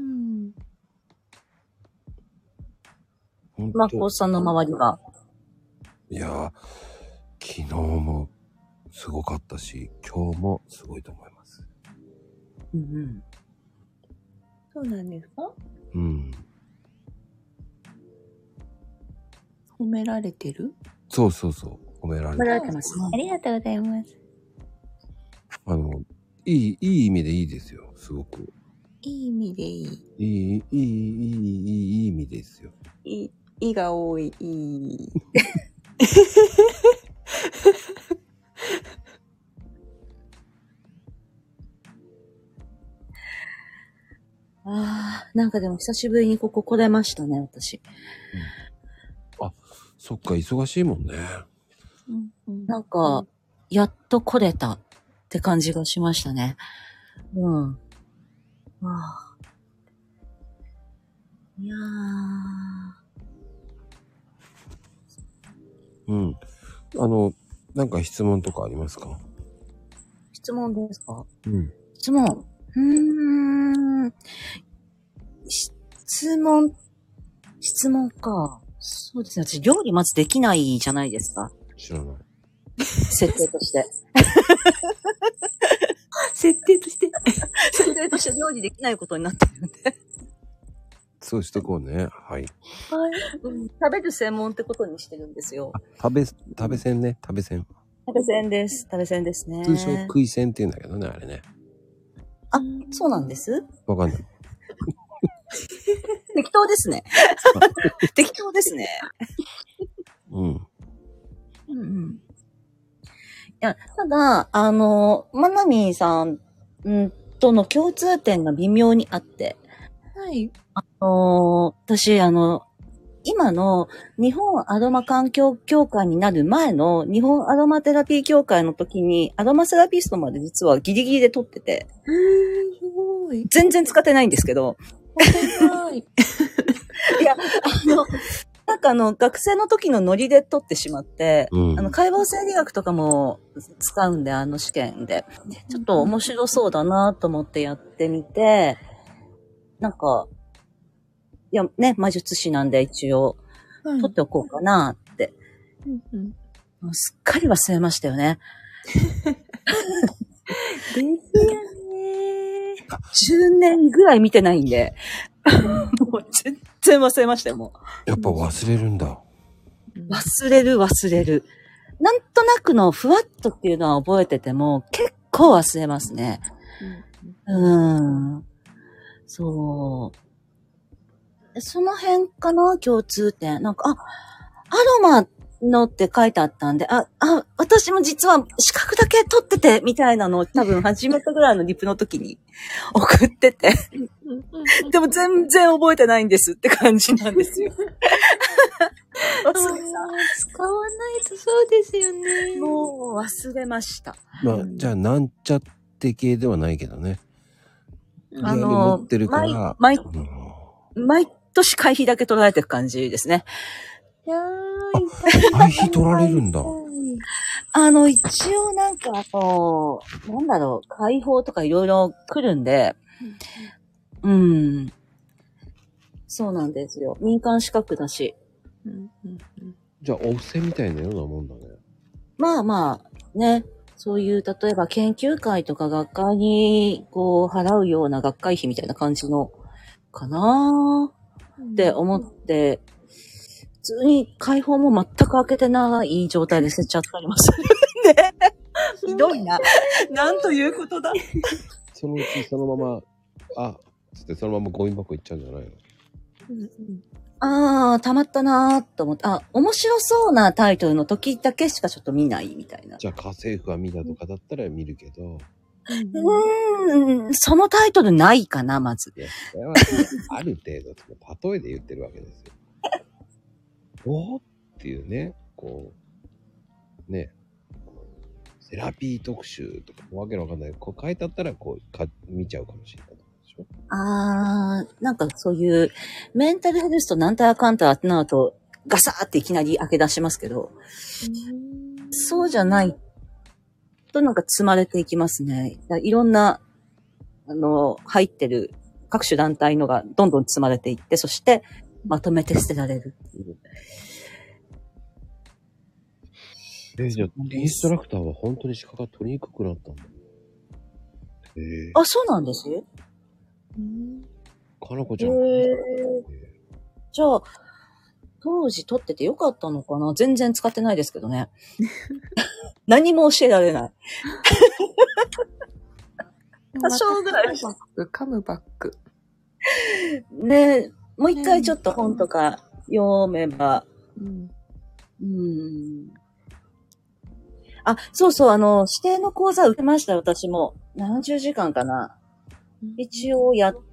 マコさんの周りは？ いやー、昨日もすごかったし、今日もすごいと思います。 そうなんですか？褒められてる？ そう。褒められてますね。 ありがとうございます。 いい意味でいいですよ、すごく。 いい意味でいい。 いい意味ですよ。 いが多い、いい。 なんかでも久しぶりにここ来れましたね、私。 そっか、忙しいもんね。 なんか、やっと来れたって感じがしましたね。いやー。なんか質問とかありますか？ 質問ですか？質問か。そうですね。私、料理まずできないじゃないですか。 知らない。 設定として。 設定として料理できないことになってるんで。 そうしてこうね。はい。 食べる専門ってことにしてるんですよ。 食べせんね。食べせんですね。 通称食いせんって言うんだけどね、あれね。 そうなんです？ わかんない。 適当ですね。適当ですね。いや、ただ、まなみーさんとの共通点が微妙にあって。 はい。 私、今の日本アロマ環境協会になる前の日本アロマテラピー協会の時にアロマセラピストまで実はギリギリで取ってて。 すごい。 全然使ってないんですけど。いや、なんか学生の時のノリで取ってしまって、解剖生理学とかも使うんで、試験で。ちょっと面白そうだなと思ってやってみて、なんか、いや、ね、魔術師なんで一応、取っておこうかなって。もうすっかり忘れましたよね。 ですよね。 10年ぐらい見てないんで、もう全然忘れましたよ、もう。やっぱ忘れるんだ。 忘れる。なんとなくのふわっとっていうのは覚えてても、結構忘れますね。そう。その辺かな、共通点。なんか、アロマっのって書いてあったんで、私も実は資格だけ取ってて、みたいなのを多分初めてぐらいのリプの時に送ってて。でも全然覚えてないんですって感じなんですよ。 使わないとそうですよね。 もう忘れました。 まあ、じゃあ、なんちゃって系ではないけどね。持ってるから。 毎年会費だけ取られてる感じですね。 会費取られるんだ。 一応なんかなんだろう、会報とかいろいろ来るんで、そうなんですよ。民間資格だし。 じゃあ、お布施みたいなようなもんだね。 まあまあ、ね。そういう、例えば研究会とか学会に、払うような学会費みたいな感じの、かなーって思って、普通に会報も全く開けてない状態で捨てちゃったりもするんで。ひどいな。なんということだ。 そのうちそのまま、つってそのままゴミ箱行っちゃうんじゃないの？ たまったなーと思って、面白そうなタイトルの時だけしかちょっと見ないみたいな。 じゃあ、家政婦は見たとかだったら見るけど。 そのタイトルないかな、まず。 いや、それはある程度、例えで言ってるわけですよ。おっていうね、セラピー特集とか、わけのわかんない。書いてあったら、見ちゃうかもしれないでしょ。 なんかそういう、メンタルヘルスとなんたらかんたらってなると、ガサーっていきなり開け出しますけど、そうじゃないとなんか積まれていきますね。いろんな、入ってる各種団体のがどんどん積まれていって、そしてまとめて捨てられるっていう。 じゃあ、インストラクターは本当に資格が取りにくくなったんだ。 そうなんですよ。 かなこちゃん。 じゃあ、当時取っててよかったのかな？全然使ってないですけどね。何も教えられない。多少ぐらい。 カムバック。 ね、もう一回ちょっと本とか読めば。そうそう、指定の講座受けました、私も。70時間かな。一応やって、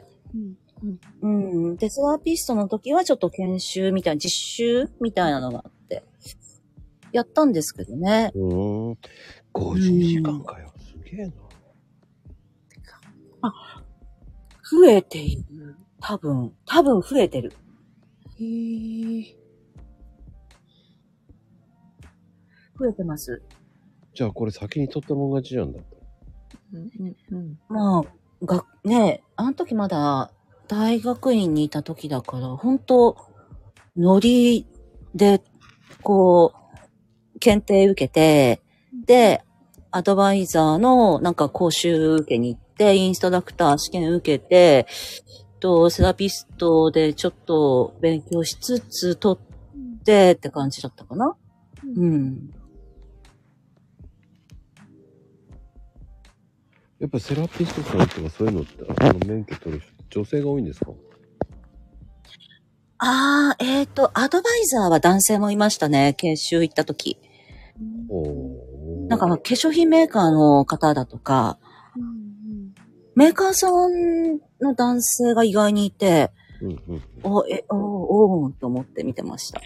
で、セラピストの時はちょっと研修みたいな、実習みたいなのがあって、やったんですけどね。 50時間かよ。すげえな。 増えている。多分増えてる。増えてます。 じゃあこれ先に取ったもん勝ちじゃんだった。 まあ、あの時まだ大学院にいた時だから、本当ノリで、検定受けて、で、アドバイザーのなんか講習受けに行って、インストラクター試験受けて、セラピストでちょっと勉強しつつ取ってって感じだったかな。 やっぱセラピストさんとかそういうのって免許取る人女性が多いんですか？ アドバイザーは男性もいましたね。研修行った時。なんか化粧品メーカーの方だとか、メーカーさんの男性が意外にいて、と思って見てました。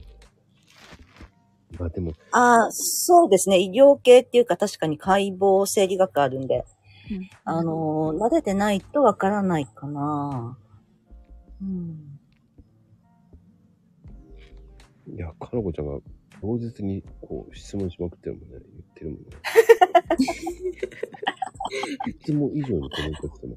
でも。 そうですね。医療系っていうか確かに解剖生理学あるんで、慣れてないとわからないかな。 いや、かのこちゃんが同日に質問しまくってるもんね。言ってるもんね。いつも以上にコメントしてます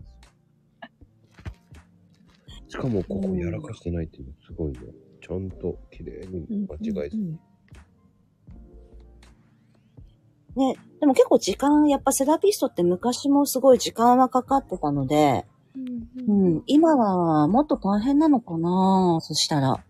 。しかもここやらかしてないっていうのすごいね。ちゃんと綺麗に間違えずに。 ね、でも結構やっぱセラピストって昔もすごい時間はかかってたので、今はもっと大変なのかな？そしたら。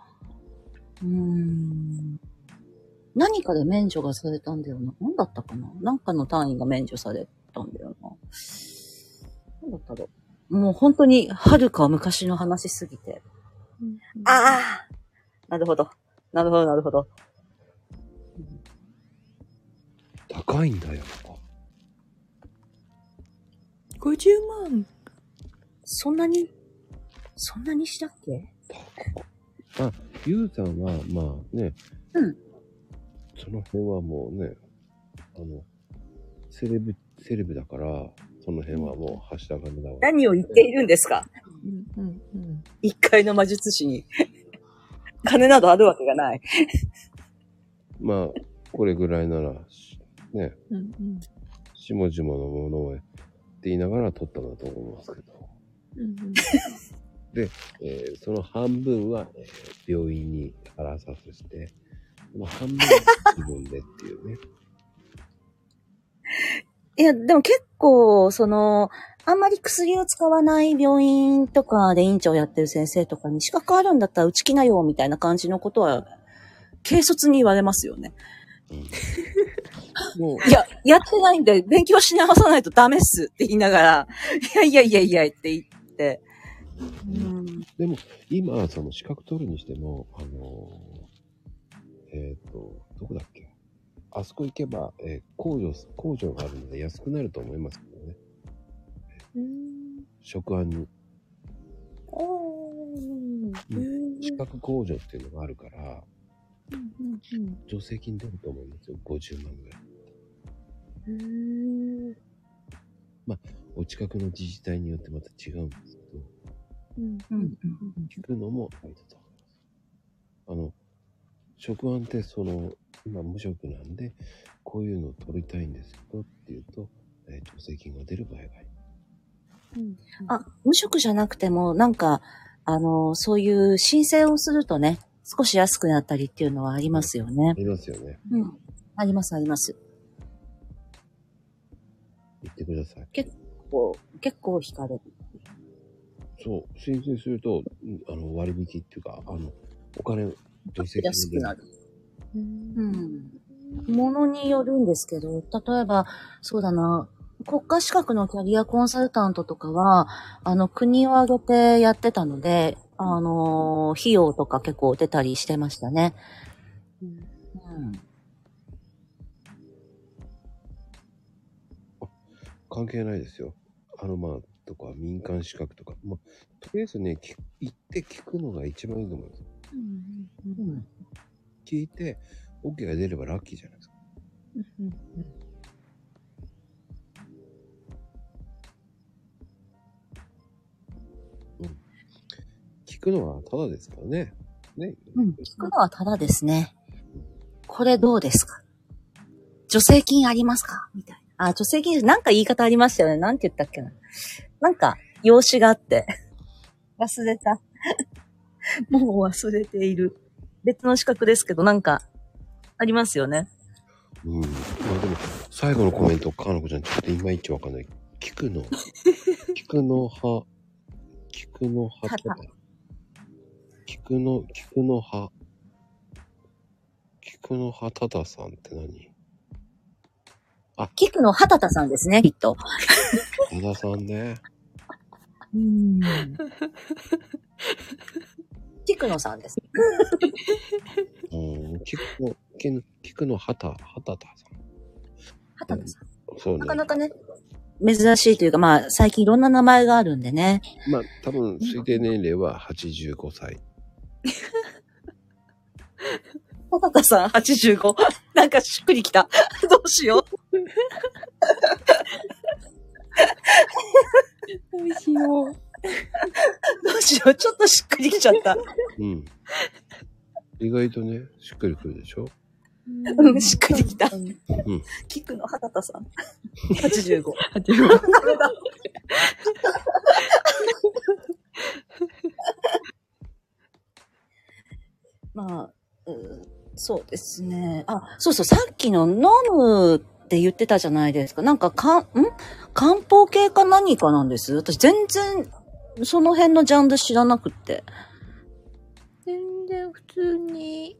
何かで免除がされたんだよな。何だったかな？なんかの単位が免除されたんだよな。何だったろう。もう本当に遥か昔の話すぎて。なるほど。 なるほど、なるほど。 高いんだよ。 50万。 そんなにしたっけ？ あ、ゆうさんは、まあね、 うん。 その辺はもうね、セレブだから、その辺はもう、はした金だわ。 何を言っているんですか？ うんうん。 一階の魔術師に。金などあるわけがない。 まあ、これぐらいなら、ね、 うんうん。 下々のものをって言いながら取ったんだと思いますけど。 うんうん、 で、その半分は、病院に払させて、その半分は自分でっていうね。 いや、でも結構、あんまり薬を使わない病院とかで院長やってる先生とかに資格あるんだったら打ち来なよ、みたいな感じのことは、軽率に言われますよね。もういや、やってないんで、勉強し直さないとダメっすって言いながら、いやって言って。 でも、今、その資格取るにしても、どこだっけ？あそこ行けば、工場があるので安くなると思いますけどね。食案に。資格工場っていうのがあるから、助成金出ると思いますよ。50万ぐらい。まあ、お近くの自治体によってまた違うんですけど、聞くのもありだと思います。職案って今無職なんで、こういうのを取りたいんですよっていうと、助成金が出る場合があります。無職じゃなくても、なんか、そういう申請をするとね、少し安くなったりっていうのはありますよね。 ありますよね。 あります。言ってください。 結構引かれる。 そう、申請すると、割引っていうか、お金、助成金安くなる。ものによるんですけど、例えば、そうだな、国家資格のキャリアコンサルタントとかは、国を挙げてやってたので、費用とか結構出たりしてましたね。 関係ないですよ。とか民間資格とか、まあ、とりあえずね、行って聞くのが一番いいと思います。聞いて、OK が出ればラッキーじゃないですか。聞くのはタダですからね。 聞くのはタダですね。これどうですか？助成金ありますか？みたいな。助成金、なんか言い方ありましたよね。なんて言ったっけな。なんか、用紙があって。忘れた。もう忘れている。別の資格ですけど、なんか、ありますよね。 まあでも、最後のコメント、かなこちゃん、ちょっといまいちわかんない。菊の葉たださんって何？ 菊のはたたさんですね、きっと。 たださんね。 菊野さんです。 菊のはたたさん。 はたたさん。 そうね。 なかなかね、珍しいというか、まあ、最近いろんな名前があるんでね。 まあ、多分、推定年齢は85歳。 はたたさん85。なんかしっくりきた。どうしよう。 どうしよう。 どうしよう。ちょっとしっくりきちゃった。 意外とね、しっくりくるでしょ？ しっくりきた。菊のはたたさん。85。まあ、そうですね。そうそう、さっきの飲むって言ってたじゃないですか。なんか漢方系か何かなんです。私全然、その辺のジャンル知らなくって。 全然普通に。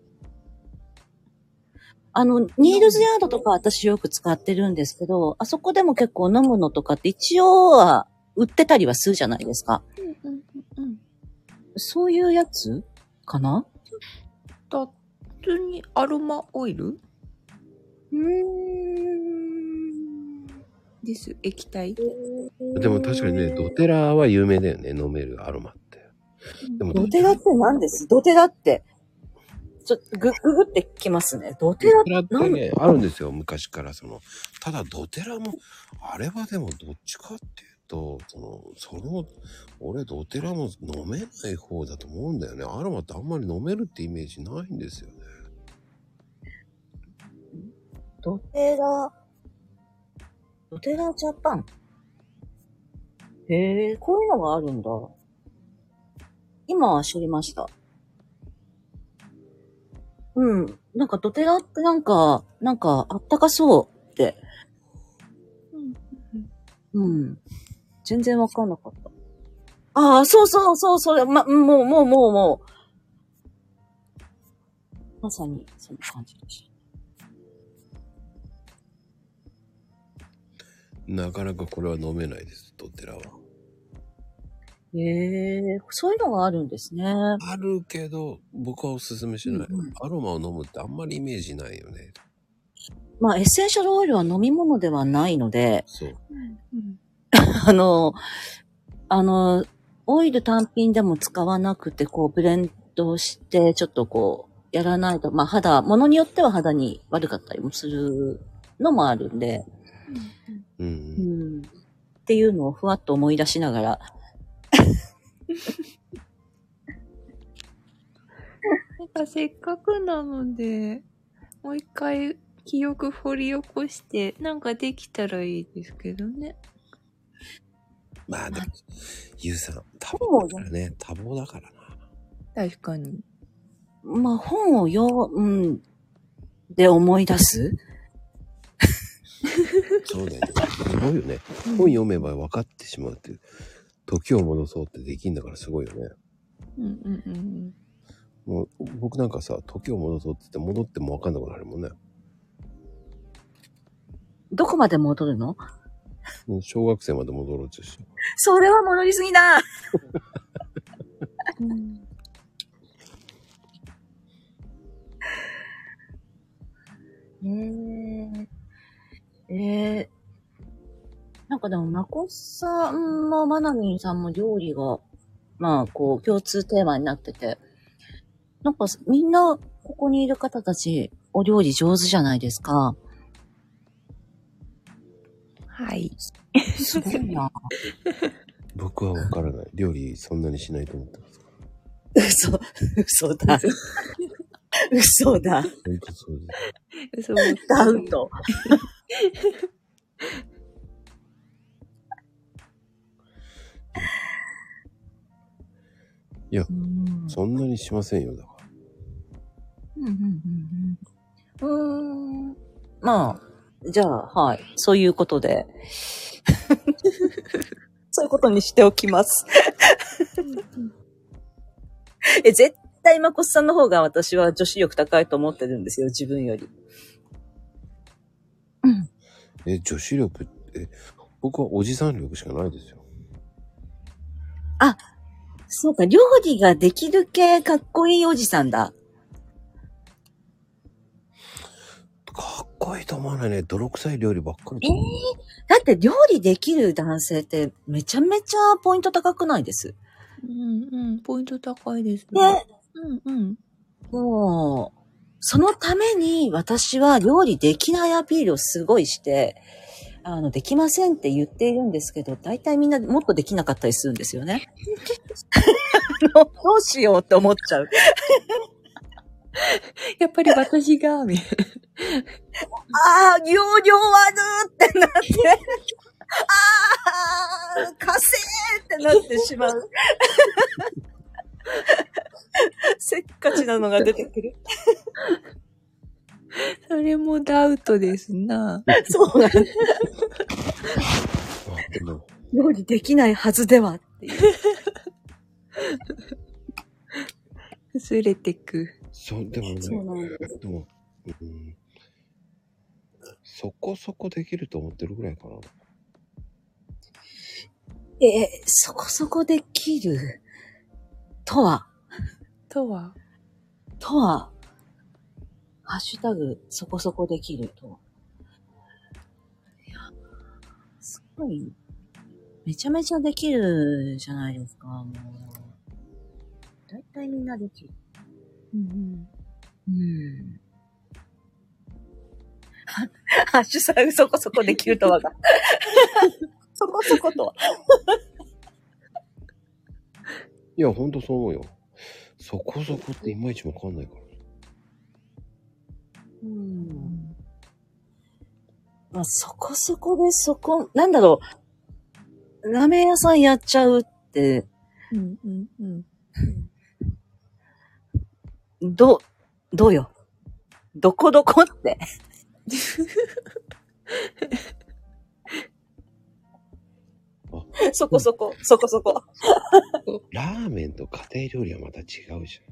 ニールズヤードとか私よく使ってるんですけど、あそこでも結構飲むのとかって一応は売ってたりはするじゃないですか。そういうやつかな？ 通にアロマオイルです。液体。 でも確かにね、ドテラは有名だよね、飲めるアロマって。 でもドテラって何です？ドテラって。ちょっとググってきますね。ドテラってね、あるんですよ、昔からただドテラも、あれはでもどっちかっていうと、俺ドテラも飲めない方だと思うんだよね。アロマってあんまり飲めるってイメージないんですよね。 ドテラジャパン。へえ、こういうのがあるんだ。今は知りました。うん。なんかドテラってなんかあったかそうって。うん。全然わかんなかった。ああ、そう、それ、もう。まさに、そんな感じでした。 なかなかこれは飲めないです、ドテラは。 そういうのがあるんですね。 あるけど、僕はおすすめしない。アロマを飲むってあんまりイメージないよね。 まあ、エッセンシャルオイルは飲み物ではないので、 そう。 オイル単品でも使わなくて、ブレンドして、ちょっとやらないと、まあ物によっては肌に悪かったりもするのもあるんで、っていうのをふわっと思い出しながら、 なんかせっかくなので、もう一回記憶掘り起こして、なんかできたらいいですけどね。 まあでも、ゆうさん、多忙だからね。多忙だからな。確かに。 まあ本をで思い出すそうだよね。すごいよね。本読めば分かってしまうっていう。時を戻そうってできんだからすごいよね。もう僕なんかさ、時を戻そうって言って戻っても分かんなくなるもんね。 どこまで戻るの？ 小学生まで戻ろうとして。 それは戻りすぎだ。なんかでも、まこさんもまなみんさんも料理が、まあ、共通テーマになってて、なんかみんな、ここにいる方たち、お料理上手じゃないですか。 はい。 すごいな。 僕はわからない。料理そんなにしないと思ってますから。 嘘だ。嘘だ。 本当そうです。ダウト。 いや、そんなにしませんよ、だから。 まあ、じゃあ、はい。そういうことで。そういうことにしておきます。絶対まこさんの方が私は女子力高いと思ってるんですよ、自分より。 女子力って、僕はおじさん力しかないですよ。 あ、そうか、料理ができる系かっこいいおじさんだ。 かっこいいと思わないね。泥臭い料理ばっかり。 だって料理できる男性ってめちゃめちゃポイント高くないです。 ポイント高いですね。 もう、そのために私は料理できないアピールをすごいして、できませんって言っているんですけど、大体みんなもっとできなかったりするんですよね。どうしようって思っちゃう。 やっぱり私が、みたいな。容量あるってなって、稼ってなってしまう。せっかちなのが出てくる。 それもダウトですな。 そうなんです。料理できないはずではっていう。 薄れてく。 そう、でもね。そうなんです。でも、そこそこできると思ってるぐらいかな。 そこそこできるとはハッシュタグそこそこできると。いや、すごい、めちゃめちゃできるじゃないですか、もう。だいたいみんなできる。ハッシュタグそこそこできるとはが。そこそことは。 いや、ほんとそう思うよ。そこそこっていまいちわかんないから。 まあ、そこそこでなんだろう。ラーメン屋さんやっちゃうって。どうよ。どこどこって。そこそこ。 ラーメンと家庭料理はまた違うじ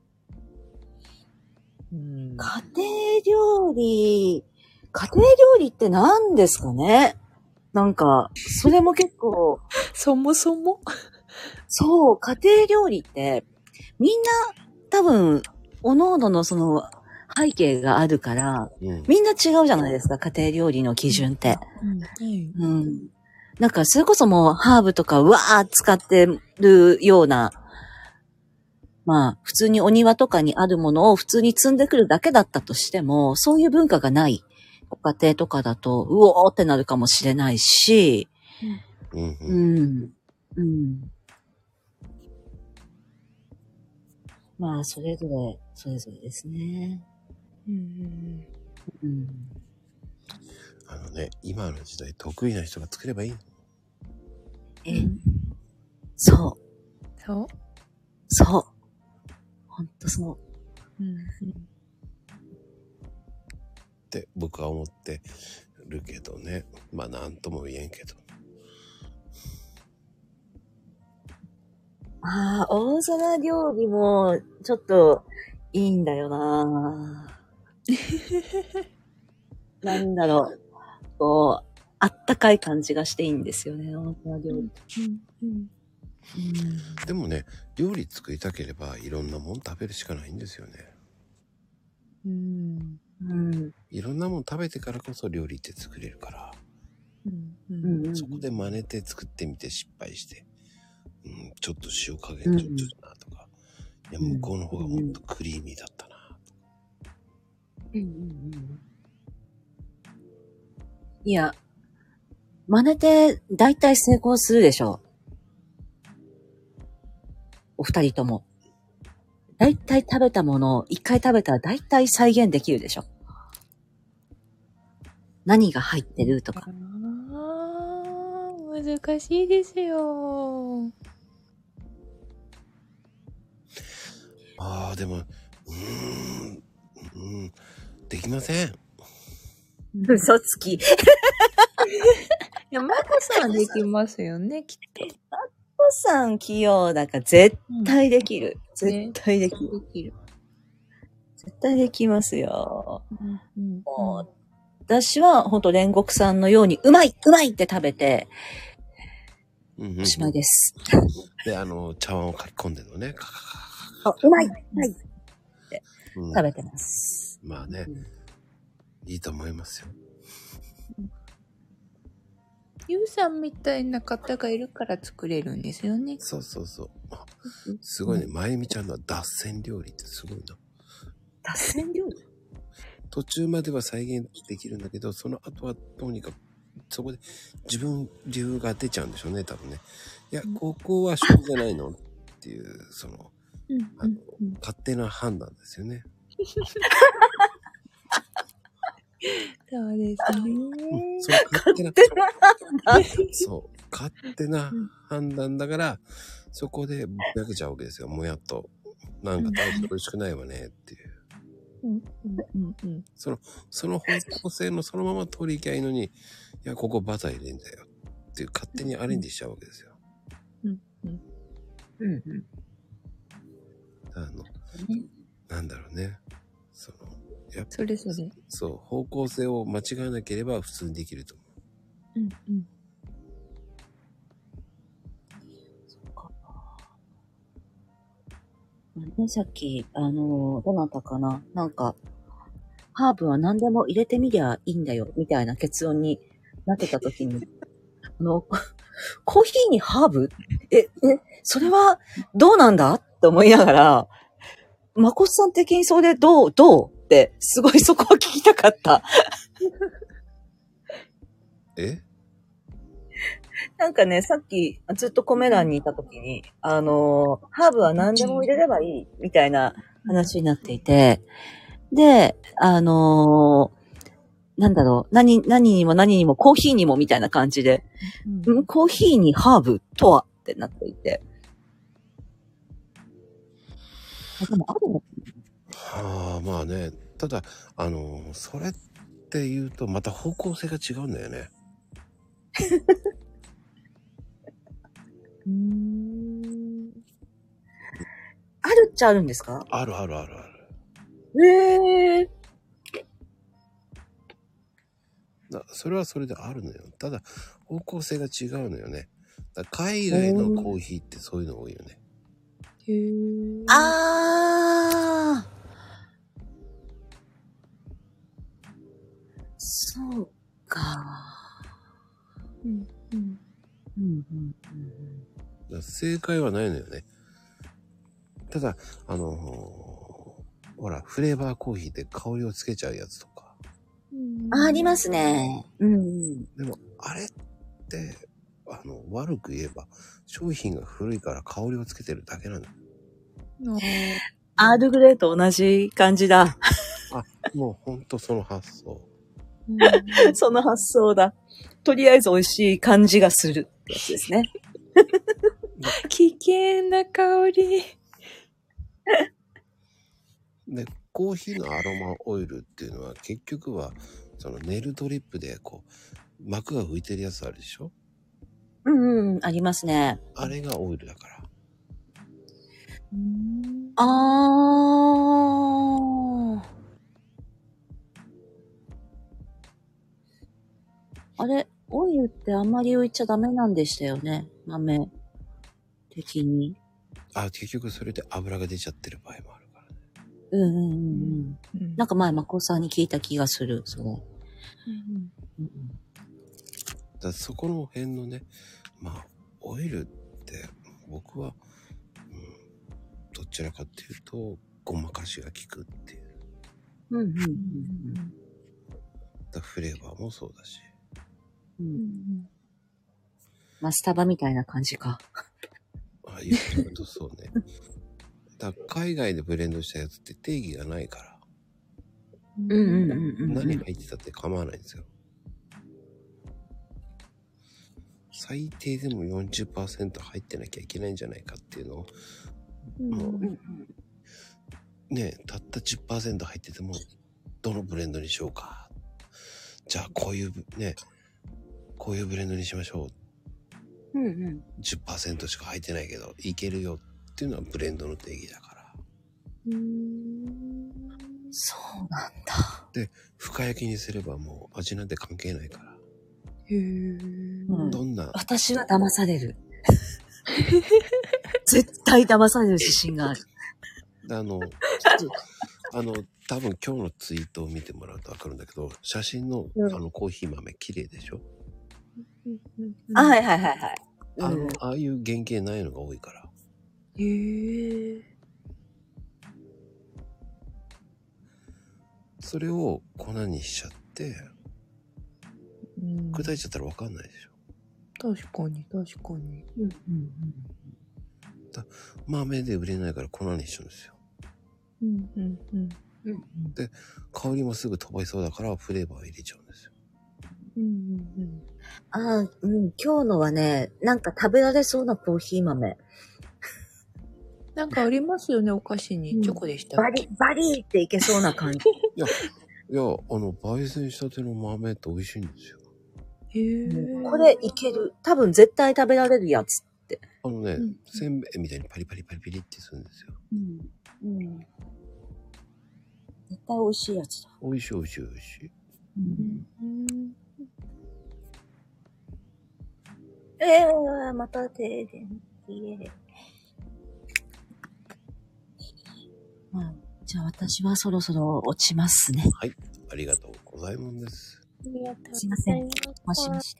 ゃん。家庭料理って何ですかね？なんか、それも結構。 そもそもそう、家庭料理って、みんな多分、各々のその背景があるから、みんな違うじゃないですか、家庭料理の基準って。なんか、それこそもうハーブとか使ってるような、まあ、普通にお庭とかにあるものを普通に積んでくるだけだったとしても、そういう文化がないご家庭とかだと、うおーってなるかもしれないし、まあ、それぞれですね。 今の時代得意な人が作ればいいの。 そう。ほんとそう。 って僕は思ってるけどね。まあなんとも言えんけど。 大皿料理もちょっといいんだよななんだろう。こう、あったかい感じがしていいんですよね、大皿料理。 でもね、料理作りたければいろんなもん食べるしかないんですよね。いろんなもん食べてからこそ料理って作れるから。そこで真似て作ってみて失敗して、ちょっと塩加減ちょっとなとか、いや向こうの方がもっとクリーミーだったなとか。 いや、真似て大体成功するでしょう。お二人とも。大体食べたものを一回食べたら大体再現できるでしょ。何が入ってるとか。 難しいですよ。 でも、できません。 嘘つき。いや、マコさんはできますよね、きっと。 マコさん器用だから絶対できる。絶対できる。絶対できますよ。私は本当煉獄さんのようにうまいって食べて、おしまいです。 で、茶碗を書き込んでるのね。 うまいって食べてます。 まあね、いいと思いますよ。 ゆうさんみたいな方がいるから作れるんですよね。 そう。すごいね、まゆみちゃんのは脱線料理ってすごいな。 脱線料理？ 途中までは再現できるんだけど、その後はどうにかそこで自分流が出ちゃうんでしょうね、多分ね。いや、ここは醤じゃないのっていう、その、勝手な判断ですよね。 そうですね。 その勝手な判断だから、そこでぶっ投げちゃうわけですよ、もやっと。なんか大して美味しくないわねっていう。その方向性のそのまま通り行きゃいいのに、いや、ここバター入れんだよっていう勝手にアレンジしちゃうわけですよ。なんだろうね。やっぱそれそれ。 そう、方向性を間違えなければ普通にできると思う。 そうか。ね、さっき、どなたかななんか、 ハーブは何でも入れてみりゃいいんだよ、みたいな結論になってた時に、コーヒーにハーブ？それはどうなんだって思いながら、まこさん的にそれどうって、すごいそこは聞きたかった。なんかね、さっきずっとコメ欄にいた時に、ハーブは何でも入れればいいみたいな話になっていて、で、なんだろう、何にもコーヒーにもみたいな感じで、コーヒーにハーブとはってなっていて。でもあるの？ まあね、ただ、それって言うとまた方向性が違うんだよね。 あるっちゃあるんですか？ ある。それはそれであるのよ。ただ方向性が違うのよね。だ海外のコーヒーってそういうの多いよね。 そうか。 正解はないのよね。ただほらフレーバーコーヒーで香りをつけちゃうやつとか。 ありますね。 でもあれって悪く言えば商品が古いから香りをつけてるだけなの。 アールグレイと同じ感じだ。 もうほんとその発想。 その発想だ。とりあえず美味しい感じがするってやつですね。 危険な香り。 で、コーヒーのアロマオイルっていうのは結局はそのネルドリップでこう膜が浮いてるやつあるでしょ？ ありますね。 あれがオイルだから。 あれ、オイルってあんまり浮いちゃダメなんでしたよね。豆的に。 結局それで油が出ちゃってる場合もあるからね。なんか前、まこさんに聞いた気がする、それ。 だそこの辺のね、オイルって僕は、どちらかっていうとごまかしが効くっていう。だフレーバーもそうだし。 スタバみたいな感じか。 言ってるとそうね。だ海外でブレンドしたやつって定義がないから。何入ってたって構わないんですよ。最低でも 40% 入ってなきゃいけないんじゃないかっていうのを、たった 10% 入っててもどのブレンドにしようか。じゃあこういうブレンドにしましょう。10% しか入ってないけどいけるよっていうのはブレンドの定義だから。 そうなんだ。 で、深焼きにすればもう味なんて関係ないから。どんな。 私は騙される。絶対騙される自信がある。 多分今日のツイートを見てもらうとわかるんだけど、写真のコーヒー豆綺麗でしょ？ はい。 ああいう原型ないのが多いから。それを粉にしちゃって、砕いちゃったらわかんないでしょ？ 確かに。 豆で売れないから粉にしちゃうんですよ。で、香りもすぐ飛ばしそうだからフレーバーを入れちゃうんですよ。 今日のはね、なんか食べられそうなコーヒー豆。 なんかありますよね、お菓子に。チョコでしたっけ？ バリーっていけそうな感じ。 いや、焙煎したての豆って美味しいんですよ。 これいける。多分絶対食べられるやつって。 せんべいみたいにパリパリってするんですよ。 絶対美味しいやつだ。 美味しい。 また停電。じゃあ私はそろそろ落ちますね。 はい、 ありがとうございます。 ありがとうございます。 すいません。もしもし。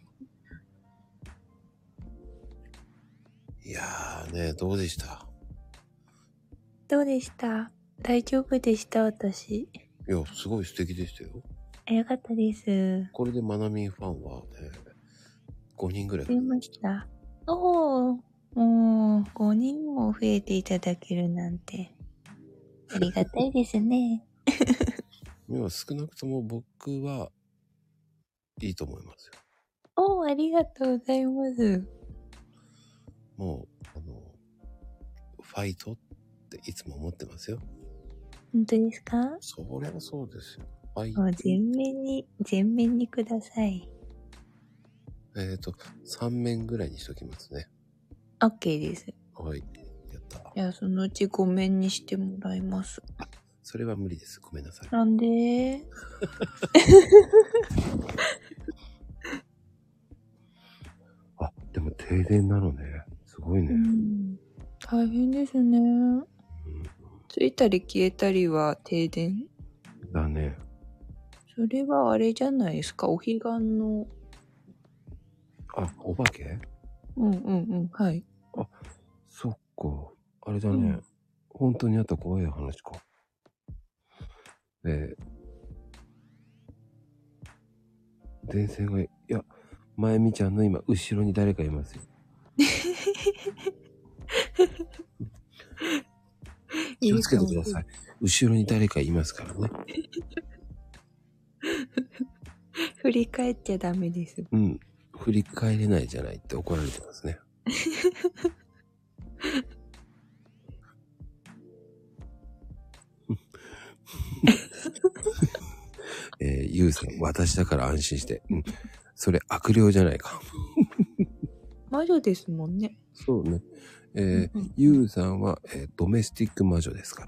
いやーね、どうでした？ どうでした？大丈夫でした、私。 いや、すごい素敵でしたよ。 よかったです。 これでマナミンファンはね、5人ぐらい。 増えました。おー、もう、5人も増えていただけるなんて。ありがたいですね。 今少なくとも僕はいいと思いますよ。 おー、ありがとうございます。 もう、ファイトっていつも思ってますよ。 本当ですか？ そりゃそうですよ。ファイト。 もう全面にください。 3面ぐらいにしときますね。 OK です。 はい。やった。 いや、そのうち5面にしてもらいます。 それは無理です。ごめんなさい。 なんであ、でも停電なのね。すごいね。 大変ですね。ついたり消えたりは停電だね。 それはあれじゃないですか、お彼岸の。 あ、お化け？ はい。 あ、そっか。あれだね。本当にあった怖い話か。電線が、いや、まゆみちゃんの今、後ろに誰かいますよ。気をつけてください。後ろに誰かいますからね。 振り返っちゃダメです。 うん。振り返れないじゃないって怒られてますね。ゆうさん、私だから安心して。うん。それ悪霊じゃないか。 魔女ですもんね。 そうね。ゆうさんは、ドメスティック魔女ですから。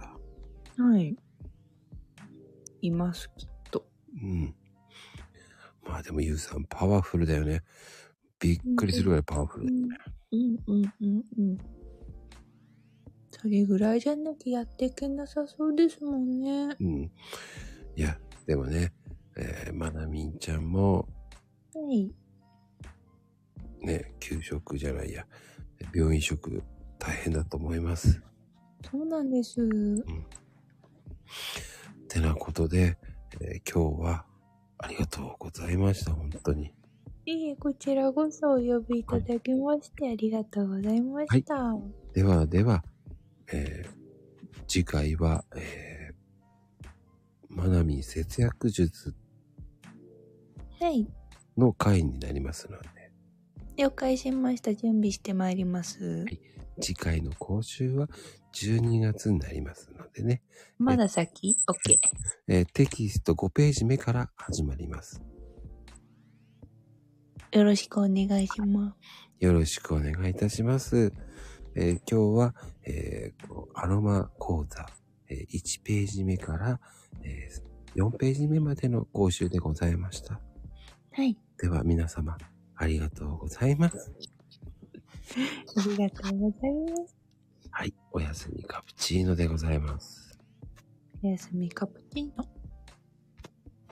はい。います、きっと。 うん。まあでもゆうさんパワフルだよね。びっくりするぐらいパワフルだよね。 それぐらいじゃなきゃやっていけなさそうですもんね。 うん。いや、でもね、まなみんちゃんも、 はい。 ね、給食じゃないや、病院食大変だと思います。 そうなんです。 てなことで、今日はありがとうございました、本当に。 いえ、こちらこそお呼びいただきましてありがとうございました。はい、 では、次回は、まなみ節約術の回になりますので。 了解しました。準備してまいります。 はい。次回の講習は12月になりますのでね。 まだ先？ OK。 テキスト5ページ目から始まります。 よろしくお願いします。 よろしくお願いいたします。今日は、アロマ講座、1ページ目から、4ページ目までの講習でございました。 はい。 では皆様、ありがとうございます。 ありがとうございます。 はい。おやすみカプチーノでございます。 おやすみカプチーノ。